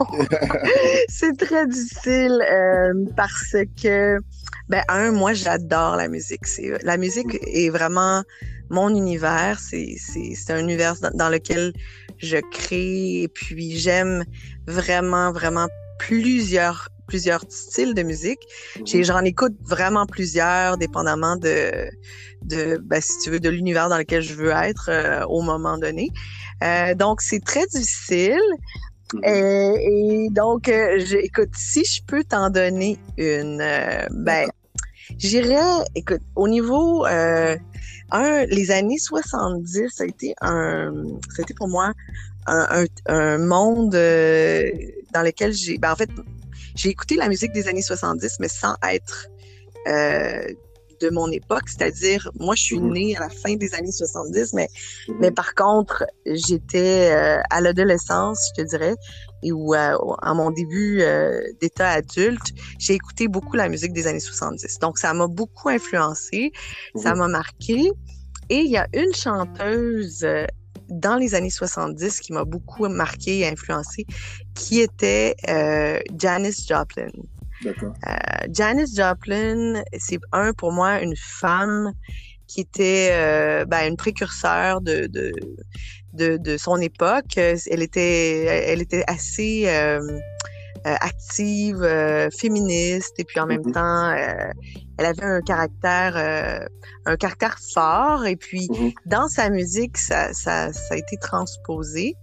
C'est très difficile euh, parce que, ben, un, moi, j'adore la musique. C'est, la musique est vraiment mon univers. C'est, c'est, c'est un univers dans, dans lequel je crée et puis j'aime vraiment, vraiment plusieurs plusieurs styles de musique. J'ai, j'en écoute vraiment plusieurs, dépendamment de, de ben, si tu veux, de l'univers dans lequel je veux être euh, au moment donné. Euh, donc, c'est très difficile. Mhm. Euh, et donc, euh, je, écoute, si je peux t'en donner une, euh, ben, j'irais, écoute, au niveau, euh, un, les années soixante-dix, ça a été un, ça a été pour moi un, un, un monde euh, dans lequel j'ai, ben, en fait, j'ai écouté la musique des années soixante-dix, mais sans être euh, de mon époque, c'est-à-dire, moi, je suis Mhm. née à la fin des années soixante-dix, mais, Mhm. mais par contre, j'étais euh, à l'adolescence, je te dirais, et où, euh, à mon début euh, d'état adulte, j'ai écouté beaucoup la musique des années soixante-dix. Donc, ça m'a beaucoup influencée, ça Mhm. m'a marqué. Et il y a une chanteuse euh, dans les années soixante-dix qui m'a beaucoup marquée et influencée, qui était euh, Janis Joplin. D'accord. Euh, Janis Joplin, c'est un pour moi une femme qui était euh, ben, une précurseur de, de, de, de son époque. Elle était, elle était assez euh, euh, active, euh, féministe, et puis en même Mhm. temps, euh, elle avait un caractère, euh, un caractère fort. Et puis Mhm. dans sa musique, ça, ça, ça a été transposé.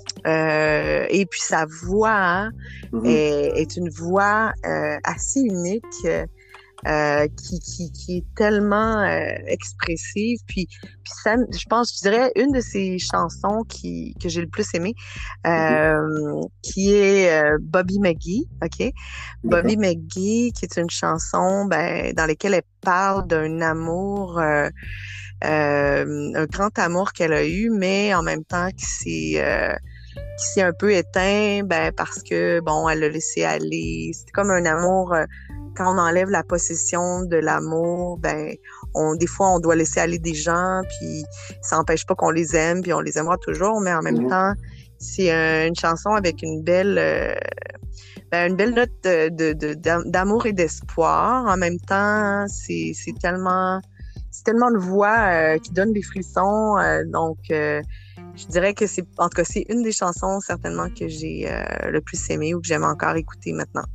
Euh, et puis sa voix hein, Mhm. est, est une voix euh, assez unique. euh, qui, qui, qui est tellement euh, expressive. Puis, puis ça, je pense, je dirais, une de ces chansons qui, que j'ai le plus aimé, euh, qui est euh, Bobby McGee, OK? D'accord. Bobby McGee, qui est une chanson ben, dans laquelle elle parle d'un amour, euh, euh, un grand amour qu'elle a eu, mais en même temps qui s'est... Euh, qui s'est un peu éteint, ben parce que bon, elle l'a laissé aller. C'est comme un amour. Euh, quand on enlève la possession de l'amour, ben on des fois on doit laisser aller des gens, puis ça n'empêche pas qu'on les aime, puis on les aimera toujours, mais en même Mhm. temps, c'est un- une chanson avec une belle, euh, ben, une belle note de, de- de- d'am- d'amour et d'espoir. En même temps, c'est c'est tellement c'est tellement de voix euh, qui donne des frissons. euh, donc, euh, je dirais que c'est, en tout cas, c'est une des chansons certainement que j'ai euh, le plus aimé ou que j'aime encore écouter maintenant.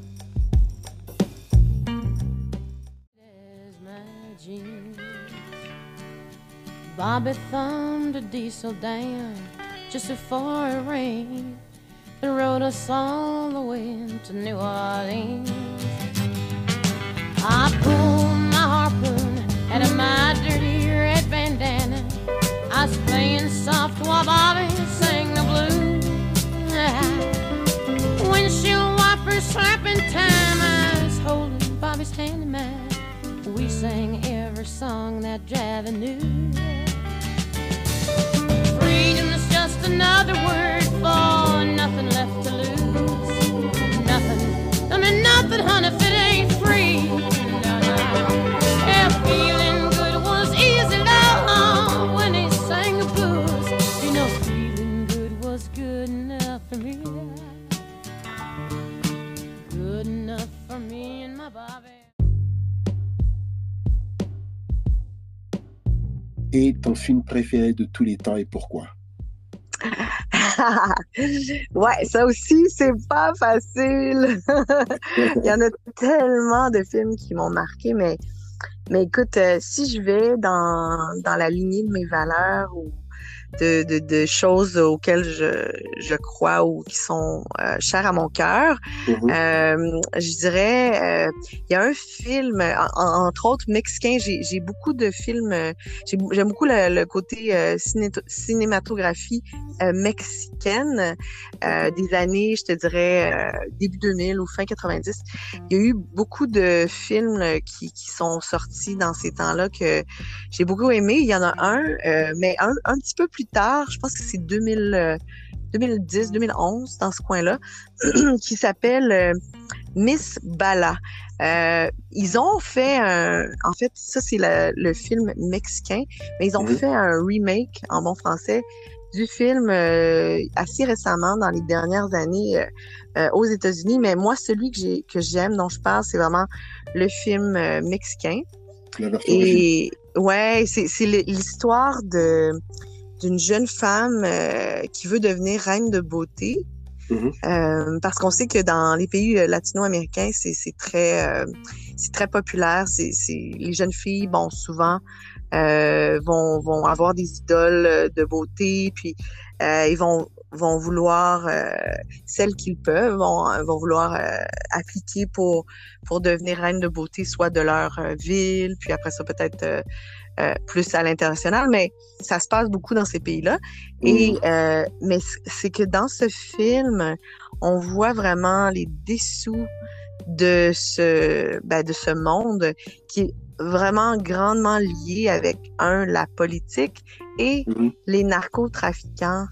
There's my jeans. Bobby thumbed a diesel down just before it rained and rode us all the way to New Orleans. I pulled my harpoon out of my dirty red bandana. I was playing soft while Bobby sang the blues. Windshield wipers slapping time, I was holding Bobby's hand in mine. We sang every song that Javi knew. Freedom is just another word for nothing left to lose. Nothing, I mean nothing, honey, if it ain't free. No, no. Yeah, feeling good was easy, love, when he sang the blues. You know, feeling good was good enough for me. Good enough for me and my Bobby. Et ton film préféré de tous les temps et pourquoi? Ouais, ça aussi, c'est pas facile. Il y en a tellement de films qui m'ont marqué, mais, mais écoute, euh, si je vais dans, dans la lignée de mes valeurs ou de, de, de choses auxquelles je, je crois ou qui sont euh, chères à mon cœur, Mhm. euh, je dirais, euh, il y a un film, en- entre autres mexicain, j'ai, j'ai beaucoup de films, euh, j'ai, j'aime beaucoup le, le côté euh, ciné- cinématographie euh, mexicaine euh, des années, je te dirais, euh, début deux mille ou fin quatre-vingt-dix. Il y a eu beaucoup de films euh, qui, qui sont sortis dans ces temps-là que j'ai beaucoup aimé. Il y en a un, euh, mais un, un petit peu plus tard, je pense que c'est deux mille, euh, deux mille dix, deux mille onze, dans ce coin-là, qui s'appelle euh, Miss Bala. Euh, ils ont fait un... En fait, ça, c'est le, le film mexicain, mais ils ont Mhm. fait un remake en bon français du film euh, assez récemment, dans les dernières années, euh, euh, aux États-Unis. Mais moi, celui que j'ai que j'aime, dont je parle, c'est vraiment le film euh, mexicain. La version originale. Et ouais, c'est c'est le- l'histoire de d'une jeune femme euh, qui veut devenir reine de beauté. Mhm. Euh, parce qu'on sait que dans les pays euh, latino-américains, c'est c'est très euh, c'est très populaire. C'est c'est les jeunes filles, bon, souvent euh, vont vont avoir des idoles euh, de beauté, puis euh, ils vont vont vouloir euh, celles qu'ils peuvent vont vont vouloir euh, appliquer pour pour devenir reine de beauté, soit de leur euh, ville, puis après ça peut-être euh, euh, plus à l'international, mais ça se passe beaucoup dans ces pays-là. Et Mhm. euh, mais c- c'est que dans ce film, on voit vraiment les dessous de ce ben, de ce monde qui est vraiment grandement lié avec un la politique et Mhm. les narcotrafiquants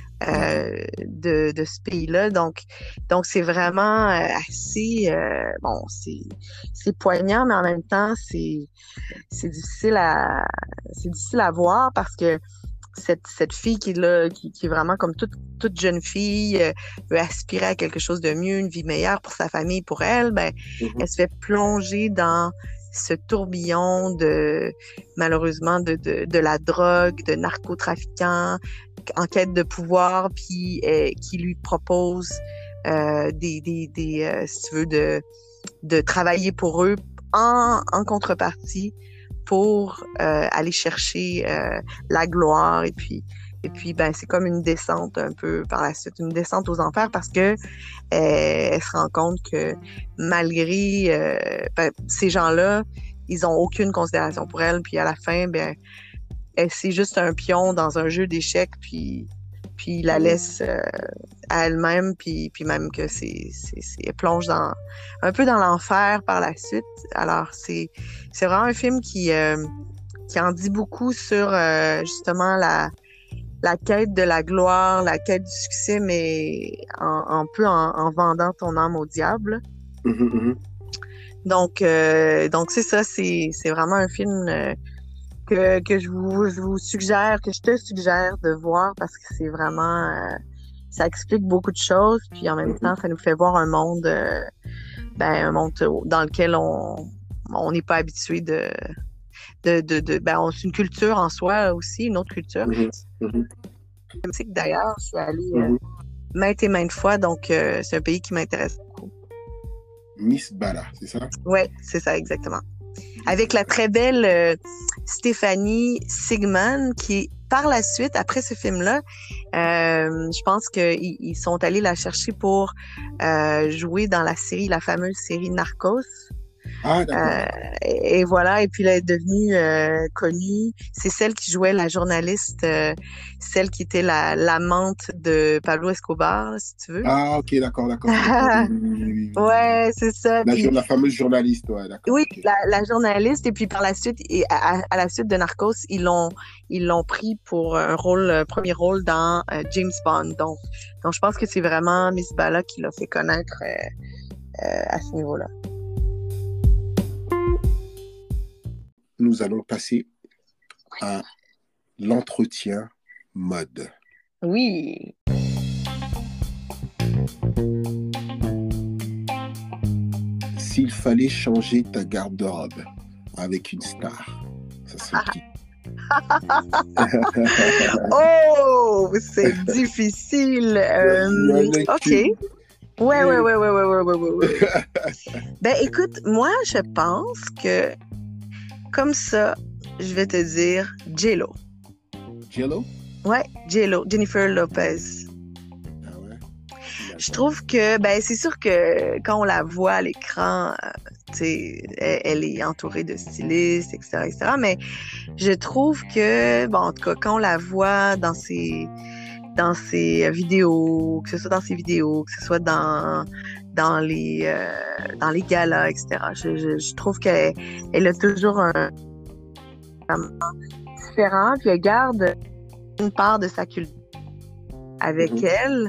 euh, de, de ce pays-là. Donc, donc c'est vraiment euh, assez euh, bon, c'est c'est poignant, mais en même temps, c'est c'est difficile à c'est difficile à voir parce que cette, cette fille qui est là, qui, qui est vraiment comme toute, toute jeune fille, euh, veut aspirer à quelque chose de mieux, une vie meilleure pour sa famille, pour elle, ben, Mhm. elle se fait plonger dans ce tourbillon de, malheureusement, de, de, de la drogue, de narcotrafiquants, en quête de pouvoir, puis euh, qui lui propose euh, des, des, des euh, si tu veux, de, de travailler pour eux en, en contrepartie pour euh, aller chercher euh, la gloire et puis Et puis, ben, c'est comme une descente un peu par la suite, une descente aux enfers parce que euh, elle se rend compte que malgré euh, ben, ces gens-là, ils ont aucune considération pour elle. Puis à la fin, ben, elle, c'est juste un pion dans un jeu d'échecs, puis, puis il la laisse euh, à elle-même, puis, puis même que c'est, c'est, c'est, elle plonge dans, un peu dans l'enfer par la suite. Alors, c'est, c'est vraiment un film qui, euh, qui en dit beaucoup sur euh, justement la, la quête de la gloire, la quête du succès, mais en, un peu en, en vendant ton âme au diable. Mhm, mhm. Donc, euh, donc c'est ça, c'est, c'est vraiment un film euh, que, que je, vous, je vous suggère, que je te suggère de voir parce que c'est vraiment, euh, ça explique beaucoup de choses, puis en même Mhm. temps, ça nous fait voir un monde, euh, ben, un monde dans lequel on on n'est pas habitué de, de, de, de ben, on- c'est une culture en soi aussi, une autre culture. Mhm. Mhm. C'est que d'ailleurs, je suis allée euh, Mhm. maintes et maintes fois, donc euh, c'est un pays qui m'intéresse beaucoup. Miss Bala, c'est ça? Ouais, c'est ça, exactement. Avec la très belle euh, Stéphanie Sigman, qui, par la suite, après ce film-là, euh, je pense qu'ils ils sont allés la chercher pour euh, jouer dans la série, la fameuse série Narcos. Ah, d'accord, Euh, d'accord. et, et voilà, et puis elle est devenue euh, connue. C'est celle qui jouait la journaliste, euh, celle qui était la l'amante de Pablo Escobar, là, si tu veux. Ah, ok, d'accord, d'accord. Je comprends. Oui, oui, oui, oui, oui. Ouais, c'est ça. La, Puis jour- la fameuse journaliste, ouais, d'accord, oui, ok. la, la journaliste, et puis par la suite, et à, à- à la suite de Narcos, ils l'ont ils l'ont pris pour un rôle, un premier rôle dans euh, James Bond. Donc, donc je pense que c'est vraiment Miss Bala qui l'a fait connaître euh, euh, à ce niveau-là. Nous allons passer à l'entretien mode. Oui. S'il fallait changer ta garde-robe avec une star, ça serait qui? Oh, c'est difficile. Euh, Il y en a OK. qu'une. Ouais, ouais, ouais, ouais, ouais, ouais, ouais, ouais, ouais. Ben, écoute, moi, je pense que, comme ça, je vais te dire J-Lo. Jello? Ouais, J-Lo, Jennifer Lopez. Ah ouais? Je trouve que, ben, c'est sûr que quand on la voit à l'écran, euh, tu sais, elle, elle est entourée de stylistes, et cetera, et cetera. Mais je trouve que, bon, en tout cas, quand on la voit dans ses, dans ses vidéos, que ce soit dans ses vidéos, que ce soit dans, dans les, euh, dans les galas, et cetera, je, je, je trouve qu'elle elle a toujours un différent, puis elle garde une part de sa culture avec Mhm. elle.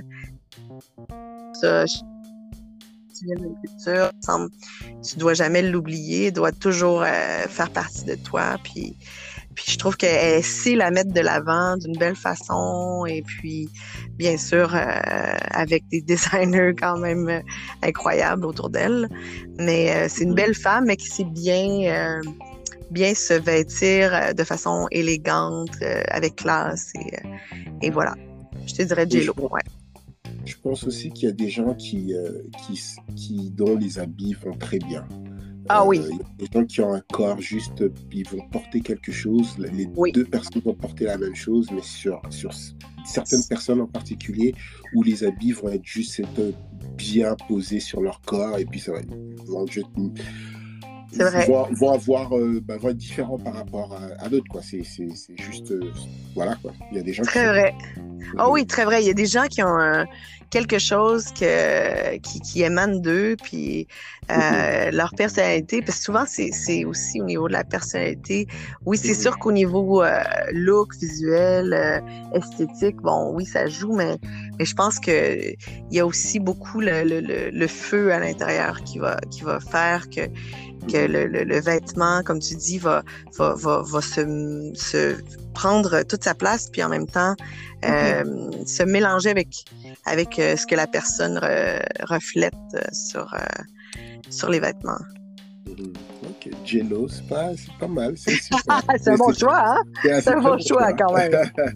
Ça, je- tu viens d'une culture, semble- tu dois jamais l'oublier, doit toujours euh, faire partie de toi. Puis, puis je trouve qu'elle sait la mettre de l'avant d'une belle façon. Et puis, bien sûr, euh, avec des designers quand même euh, incroyables autour d'elle. Mais euh, c'est une belle femme, mais qui sait bien, euh, bien se vêtir euh, de façon élégante, euh, avec classe. Et, euh, et voilà. Je te dirais Et je J-Lo. pense- Ouais. Je pense aussi qu'il y a des gens qui, euh, qui, qui, dont les habits vont très bien. Ah oui. Euh, il y a des gens qui ont un corps juste, ils vont porter quelque chose. Les Oui. deux personnes vont porter la même chose, mais sur, sur certaines personnes en particulier, où les habits vont être juste être bien posés sur leur corps, et puis ça va, ils vont, juste- C'est vrai. vont, vont avoir, euh, bah, vont être différents par rapport à, à d'autres, quoi. C'est, c'est, c'est juste, euh, voilà, quoi. Il y a des gens qui Très sont- vrai. Ah oui, très vrai. Il y a des gens qui ont euh, quelque chose que, qui, qui émane d'eux, puis euh, leur personnalité, parce que souvent, c'est, c'est aussi au niveau de la personnalité. Oui, c'est Mhm. sûr qu'au niveau euh, look, visuel, euh, esthétique, bon, oui, ça joue, mais, mais je pense que il y a aussi beaucoup le, le, le, le feu à l'intérieur qui va, qui va faire que que le, le, le vêtement, comme tu dis, va, va, va, va se, se prendre toute sa place, puis en même temps euh, mm-hmm. se mélanger avec, avec euh, ce que la personne re, reflète euh, sur, euh, sur les vêtements. Mm-hmm. Ok, J-Lo, c'est pas, c'est pas mal, c'est super. C'est un bon choix, hein? C'est, c'est un bon choix, quand même.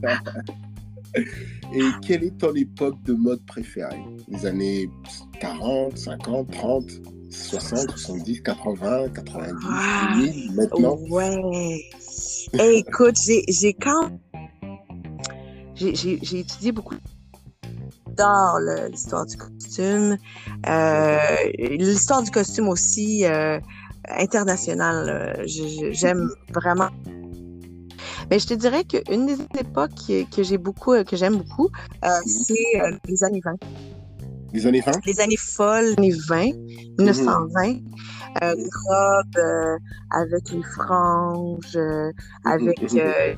Et quelle est ton époque de mode préférée? Les années quarante, cinquante, trente, soixante, soixante-dix, quatre-vingts, quatre-vingt-dix, ah, deux mille, maintenant? Ouais. Hey, écoute, j'ai, j'ai quand j'ai, j'ai, j'ai étudié beaucoup d'art, le- l'histoire du costume, euh, l'histoire du costume aussi euh, internationale. euh, je- je- j'aime vraiment. Mais je te dirais qu'une des époques que, que j'ai beaucoup, euh, que j'aime beaucoup, euh, Mhm. c'est euh, les années vingt. Les années vingt? Les années folles, les années vingt, Mhm. mille neuf cent vingt. Euh, les robes euh, avec les franges, euh, Mhm. avec Mhm. euh,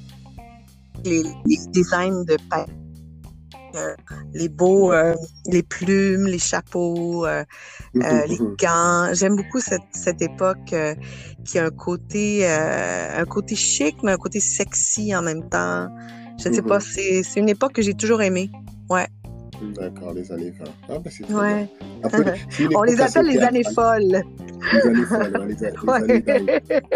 les, les designs de pa- euh, les beaux, euh, les plumes, les chapeaux, euh, euh, les Mhm. gants. J'aime beaucoup cette, cette époque euh, qui a un côté, euh, un côté chic, mais un côté sexy en même temps. Je sais pas, Mhm. c'est, c'est une époque que j'ai toujours aimée. Ouais, D'accord, les années vingt. Ah, ben c'est très bien. ouais. Un peu, c'est une On les époque assez appelle les années théâtrale. folles. Les années folles, ouais, les, a- les années dingues.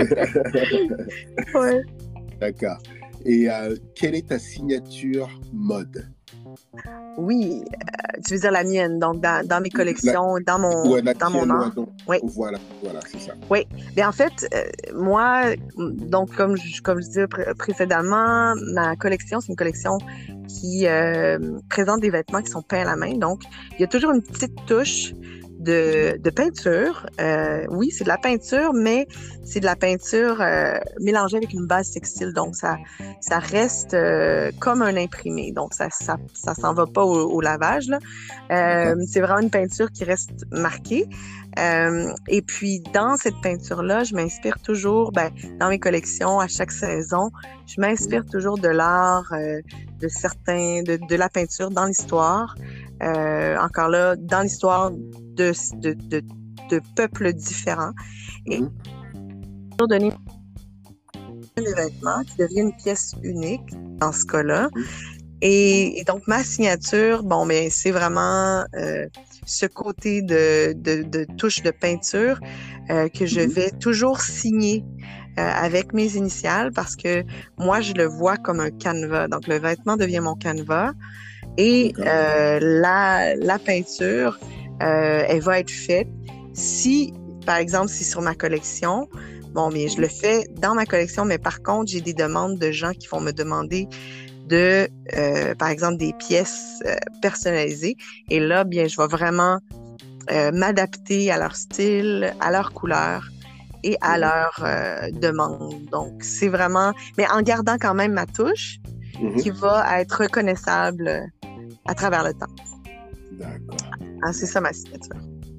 Ouais. Ouais. D'accord. Et euh, quelle est ta signature mode? Oui, euh, tu veux dire la mienne, donc dans, dans mes La, collections, dans mon, ouais, la dans mon tienne, ouais, art. donc, Oui, voilà, voilà, c'est ça. oui. Mais en fait, euh, moi, donc comme je, comme je disais pré- précédemment, ma collection, c'est une collection qui euh, présente des vêtements qui sont peints à la main. Donc, il y a toujours une petite touche de, de peinture. Euh, oui, c'est de la peinture, mais c'est de la peinture euh, mélangée avec une base textile. Donc, ça, ça reste euh, comme un imprimé. Donc, ça, ça, ça s'en va pas au, au lavage, là. Euh, D'accord. c'est vraiment une peinture qui reste marquée. Euh, et puis, dans cette peinture-là, je m'inspire toujours, ben, dans mes collections, à chaque saison, je m'inspire toujours de l'art, euh, de certains, de, de la peinture dans l'histoire. Euh, encore là, dans l'histoire de, de, de, de peuples différents. Et Mhm. pour donner des vêtements qui devient une pièce unique dans ce cas-là. Mhm. Et, et donc, ma signature, bon, mais c'est vraiment euh, ce côté de, de, de touche de peinture euh, que je Mhm. vais toujours signer euh, avec mes initiales parce que moi, je le vois comme un canevas. Donc, le vêtement devient mon canevas et D'accord. euh, la, la peinture, euh, elle va être faite si, par exemple, si sur ma collection, bon, mais je le fais dans ma collection, mais par contre, j'ai des demandes de gens qui vont me demander de, euh, par exemple, des pièces euh, personnalisées. Et là, bien, je vais vraiment euh, m'adapter à leur style, à leur couleur et à Mhm. leur euh, demande. Donc, c'est vraiment, mais en gardant quand même ma touche Mhm. qui va être reconnaissable euh, à travers le temps. D'accord. Ah, c'est ça ma signature.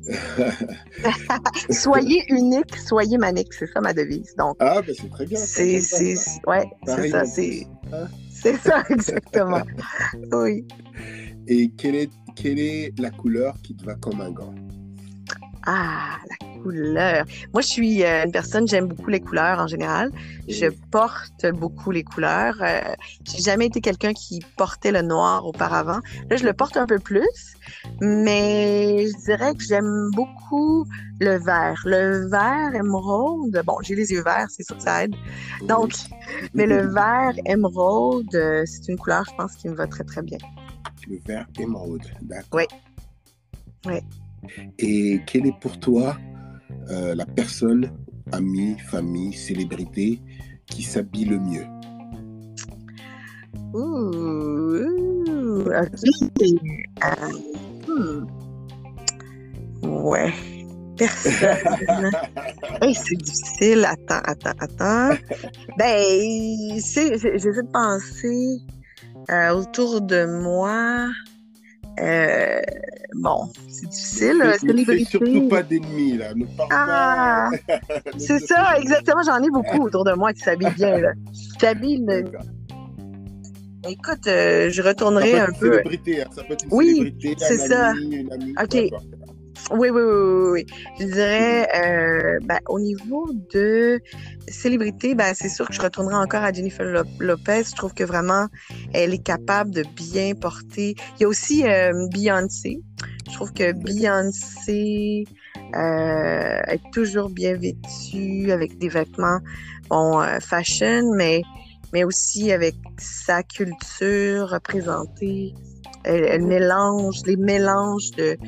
Soyez unique, soyez manique, c'est ça ma devise. Donc, Ah, ben c'est très bien, ça, c'est, j'aime c'est, bien ça. ouais, Ça c'est rime ça, en c'est, plus. Hein? c'est ça exactement. Oui. Et quelle est, quelle est la couleur qui te va comme un gant? Ah, la couleur. Moi, je suis euh, une personne, j'aime beaucoup les couleurs en général. Je Mhm. porte beaucoup les couleurs. Euh, j'ai jamais été quelqu'un qui portait le noir auparavant. Là, je le porte un peu plus, mais je dirais que j'aime beaucoup le vert. Le vert émeraude, bon, j'ai les yeux verts, c'est sûr que ça aide. Donc, mais le vert émeraude, euh, c'est une couleur, je pense, qui me va très, très bien. Le vert émeraude, d'accord. Oui, oui. Et quelle est pour toi euh, la personne, amie, famille, célébrité qui s'habille le mieux? Ouh, ouh, ok. Euh, hmm. Ouais. Personne. Hey, c'est difficile. Attends, attends, attends. Ben, c'est, c'est- j'essaie de penser euh, autour de moi. Euh, bon, c'est Ne difficile. fais, euh, ne te fais surtout Célébrité. pas d'ennemis, là. Ne pars Ah, pas. Ne c'est te ça, fais- exactement. J'en ai beaucoup autour de moi qui s'habillent bien, là. Qui s'habillent. le- D'accord. Écoute, euh, je Ça peut retournerai être un une peu. célébrité, hein. Ça peut être une Oui, célébrité, c'est un ça. ami, une amie, peu OK. importe. Oui, oui, oui, oui, oui. Je dirais, euh, ben, au niveau de célébrité, ben, c'est sûr que je retournerai encore à Jennifer Lo- Lopez. Je trouve que vraiment, elle est capable de bien porter. Il y a aussi euh, Beyoncé. Je trouve que D'accord. Beyoncé euh, est toujours bien vêtue avec des vêtements, bon, euh, fashion, mais, mais aussi avec sa culture représentée. Elle, elle Mhm. mélange, les mélanges de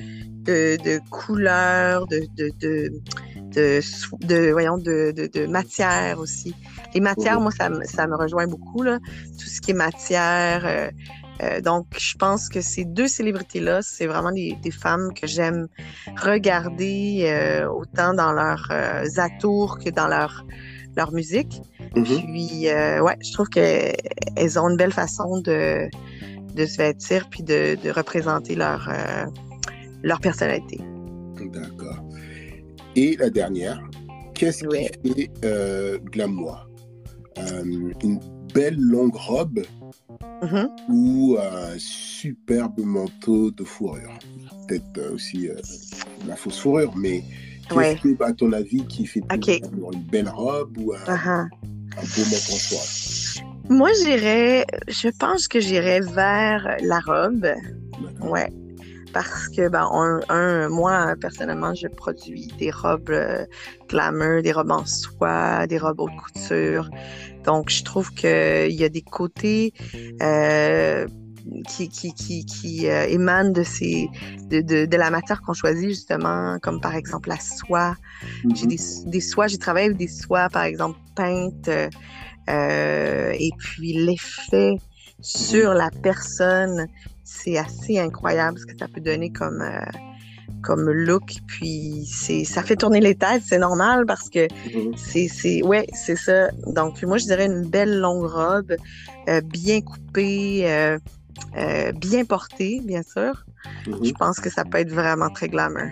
de, de couleurs, de, de, de, de, de, voyons, de, de, de matière aussi. Les matières, Mhm. moi, ça, me- ça me rejoint beaucoup, là. Tout ce qui est matière. euh, euh, donc, je pense que ces deux célébrités-là, c'est vraiment des, des femmes que j'aime regarder euh, autant dans leurs euh, atours que dans leur, leur musique. Mhm. Puis, euh, ouais, je trouve qu'elles ont une belle façon de, de se vêtir puis de, de représenter leur, euh, leur personnalité. D'accord. Et la dernière, qu'est-ce qui Ouais. fait euh, glamour? Euh, une belle longue robe Mhm. ou un superbe manteau de fourrure? Peut-être euh, aussi euh, la fausse fourrure, mais qu'est-ce Ouais. que, à ton avis, qui fait plus OK. glamour? Une belle robe ou un, Uh-huh. un beau manteau Moi, j'irais, je pense que j'irais vers la robe. D'accord. Ouais. Parce que, ben, un, un, moi, personnellement, je produis des robes euh, glamour, des robes en soie, des robes haute couture. Donc, je trouve qu'il y a des côtés euh, qui, qui, qui, qui euh, émanent de, ces, de, de, de la matière qu'on choisit, justement, comme par exemple la soie. J'ai Mhm. des, des soies, j'ai travaillé avec des soies, par exemple, peintes. euh, euh, et puis, l'effet sur la personne, c'est assez incroyable ce que ça peut donner comme, euh, comme look. Puis, c'est, ça fait tourner les têtes, c'est normal parce que Mhm. c'est, c'est, ouais, c'est ça. Donc, moi, je dirais une belle longue robe, euh, bien coupée, euh, euh, bien portée, bien sûr. Mhm. Je pense que ça peut être vraiment très glamour.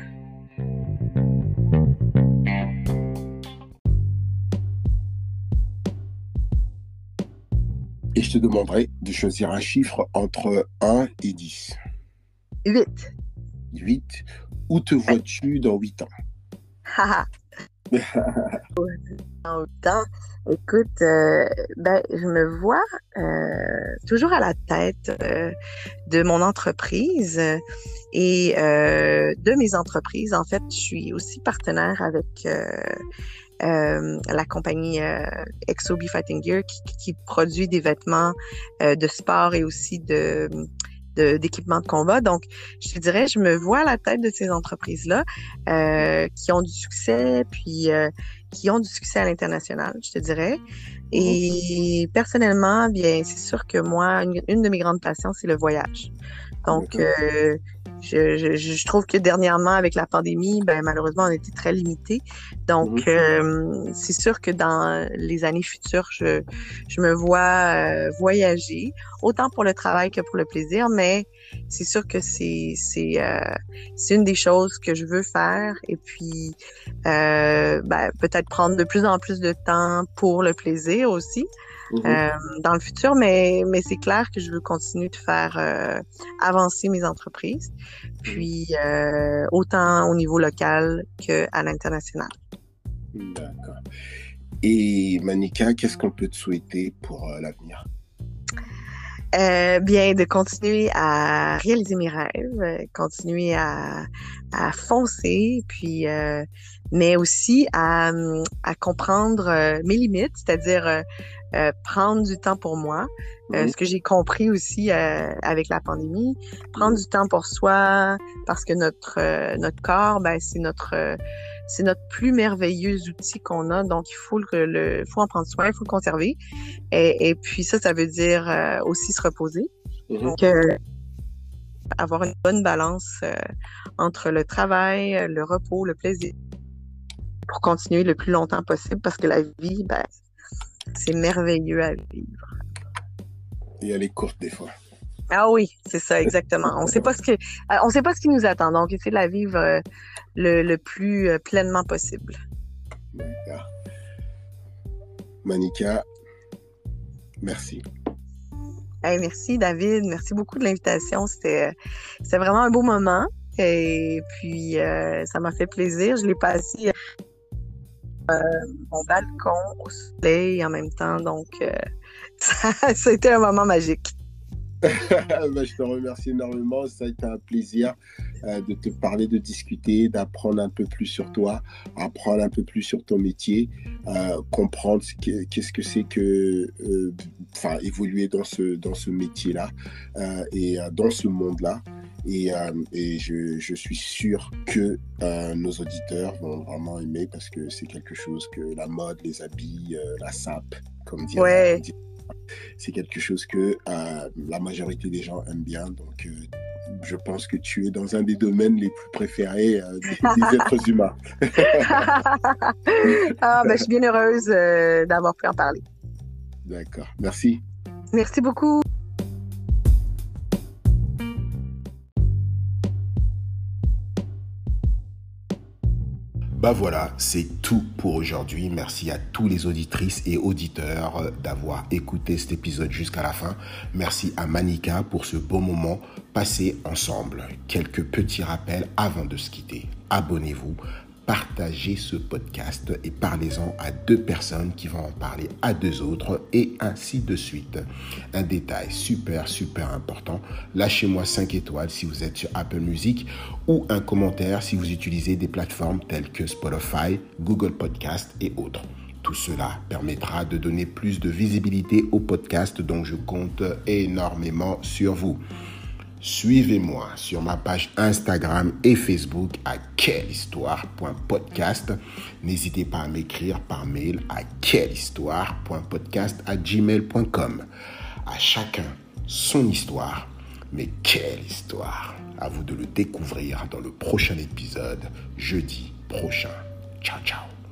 Et je te demanderai de choisir un chiffre entre un et dix. Huit. huit. Où te vois-tu dans huit ans? Haha. En même temps, écoute, euh, ben, je me vois euh, toujours à la tête euh, de mon entreprise euh, et euh, de mes entreprises. En fait, je suis aussi partenaire avec euh, euh, la compagnie euh, X O B Fighting Gear qui, qui produit des vêtements euh, de sport et aussi de de- d'équipements de combat. Donc, je te dirais, je me vois à la tête de ces entreprises-là euh, qui ont du succès, puis euh, qui ont du succès à l'international, je te dirais. Et personnellement, bien, c'est sûr que moi, une, une de mes grandes passions, c'est le voyage. Donc, D'accord. euh, je, je, je trouve que dernièrement, avec la pandémie, ben, malheureusement, on était très limité. Donc, Mhm. euh, c'est sûr que dans les années futures, je, je me vois euh, voyager, autant pour le travail que pour le plaisir, mais c'est sûr que c'est, c'est, euh, c'est une des choses que je veux faire. Et puis, euh, ben, peut-être prendre de plus en plus de temps pour le plaisir aussi. Mhm. Euh, dans le futur, mais, mais c'est clair que je veux continuer de faire euh, avancer mes entreprises, puis euh, autant au niveau local qu'à l'international. D'accord. Et Manika, qu'est-ce qu'on peut te souhaiter pour euh, l'avenir? Euh, bien, de continuer à réaliser mes rêves, euh, continuer à, à foncer, puis euh, mais aussi à, à comprendre euh, mes limites, c'est-à-dire euh, euh, prendre du temps pour moi. Euh, Mhm. ce que j'ai compris aussi euh, avec la pandémie, prendre Mhm. du temps pour soi, parce que notre euh, notre corps, ben c'est notre euh, c'est notre plus merveilleux outil qu'on a, donc il faut le, le faut en prendre soin, il faut le conserver. Et, et puis ça, ça veut dire euh, aussi se reposer. Mhm. Donc, euh, avoir une bonne balance euh, entre le travail, le repos, le plaisir, pour continuer le plus longtemps possible, parce que la vie, ben, c'est merveilleux à vivre. Et elle est courte des fois. Ah oui, c'est ça, exactement. On sait pas ce que, euh, on sait pas ce qui nous attend, donc essayer de la vivre euh, le, le plus euh, pleinement possible. D'accord. Manika, merci. Hey, merci David, merci beaucoup de l'invitation. C'était, c'était vraiment un beau moment. Et puis, euh, ça m'a fait plaisir. Je l'ai passé euh, mon balcon au soleil en même temps. Donc, euh, ça, ça a été un moment magique. Ben, je te remercie énormément. Ça a été un plaisir euh, de te parler, de discuter, d'apprendre un peu plus sur toi, apprendre un peu plus sur ton métier, euh, comprendre ce que, qu'est-ce que c'est que, euh, enfin, évoluer dans ce, dans ce métier-là euh, et euh, dans ce monde-là. Et, euh, et je, je suis sûr que euh, nos auditeurs vont vraiment aimer parce que c'est quelque chose que la mode, les habits, euh, la sape, comme dirait, Ouais. comme dirait, c'est quelque chose que euh, la majorité des gens aiment bien. Donc, euh, je pense que tu es dans un des domaines les plus préférés euh, des, des êtres humains. Ah, ben, je suis bien heureuse euh, d'avoir pu en parler. D'accord. Merci. Merci beaucoup. Bah voilà, c'est tout pour aujourd'hui. Merci à tous les auditrices et auditeurs d'avoir écouté cet épisode jusqu'à la fin. Merci à Manika pour ce beau moment passé ensemble. Quelques petits rappels avant de se quitter. Abonnez-vous, partagez ce podcast et parlez-en à deux personnes qui vont en parler à deux autres et ainsi de suite. Un détail super, super important. Lâchez-moi cinq étoiles si vous êtes sur Apple Music ou un commentaire si vous utilisez des plateformes telles que Spotify, Google Podcast et autres. Tout cela permettra de donner plus de visibilité au podcast dont je compte énormément sur vous. Suivez-moi sur ma page Instagram et Facebook à quellehistoire point podcast. N'hésitez pas à m'écrire par mail à quellehistoire point podcast arobase gmail point com. À chacun son histoire, mais quelle histoire! À vous de le découvrir dans le prochain épisode, jeudi prochain. Ciao, ciao!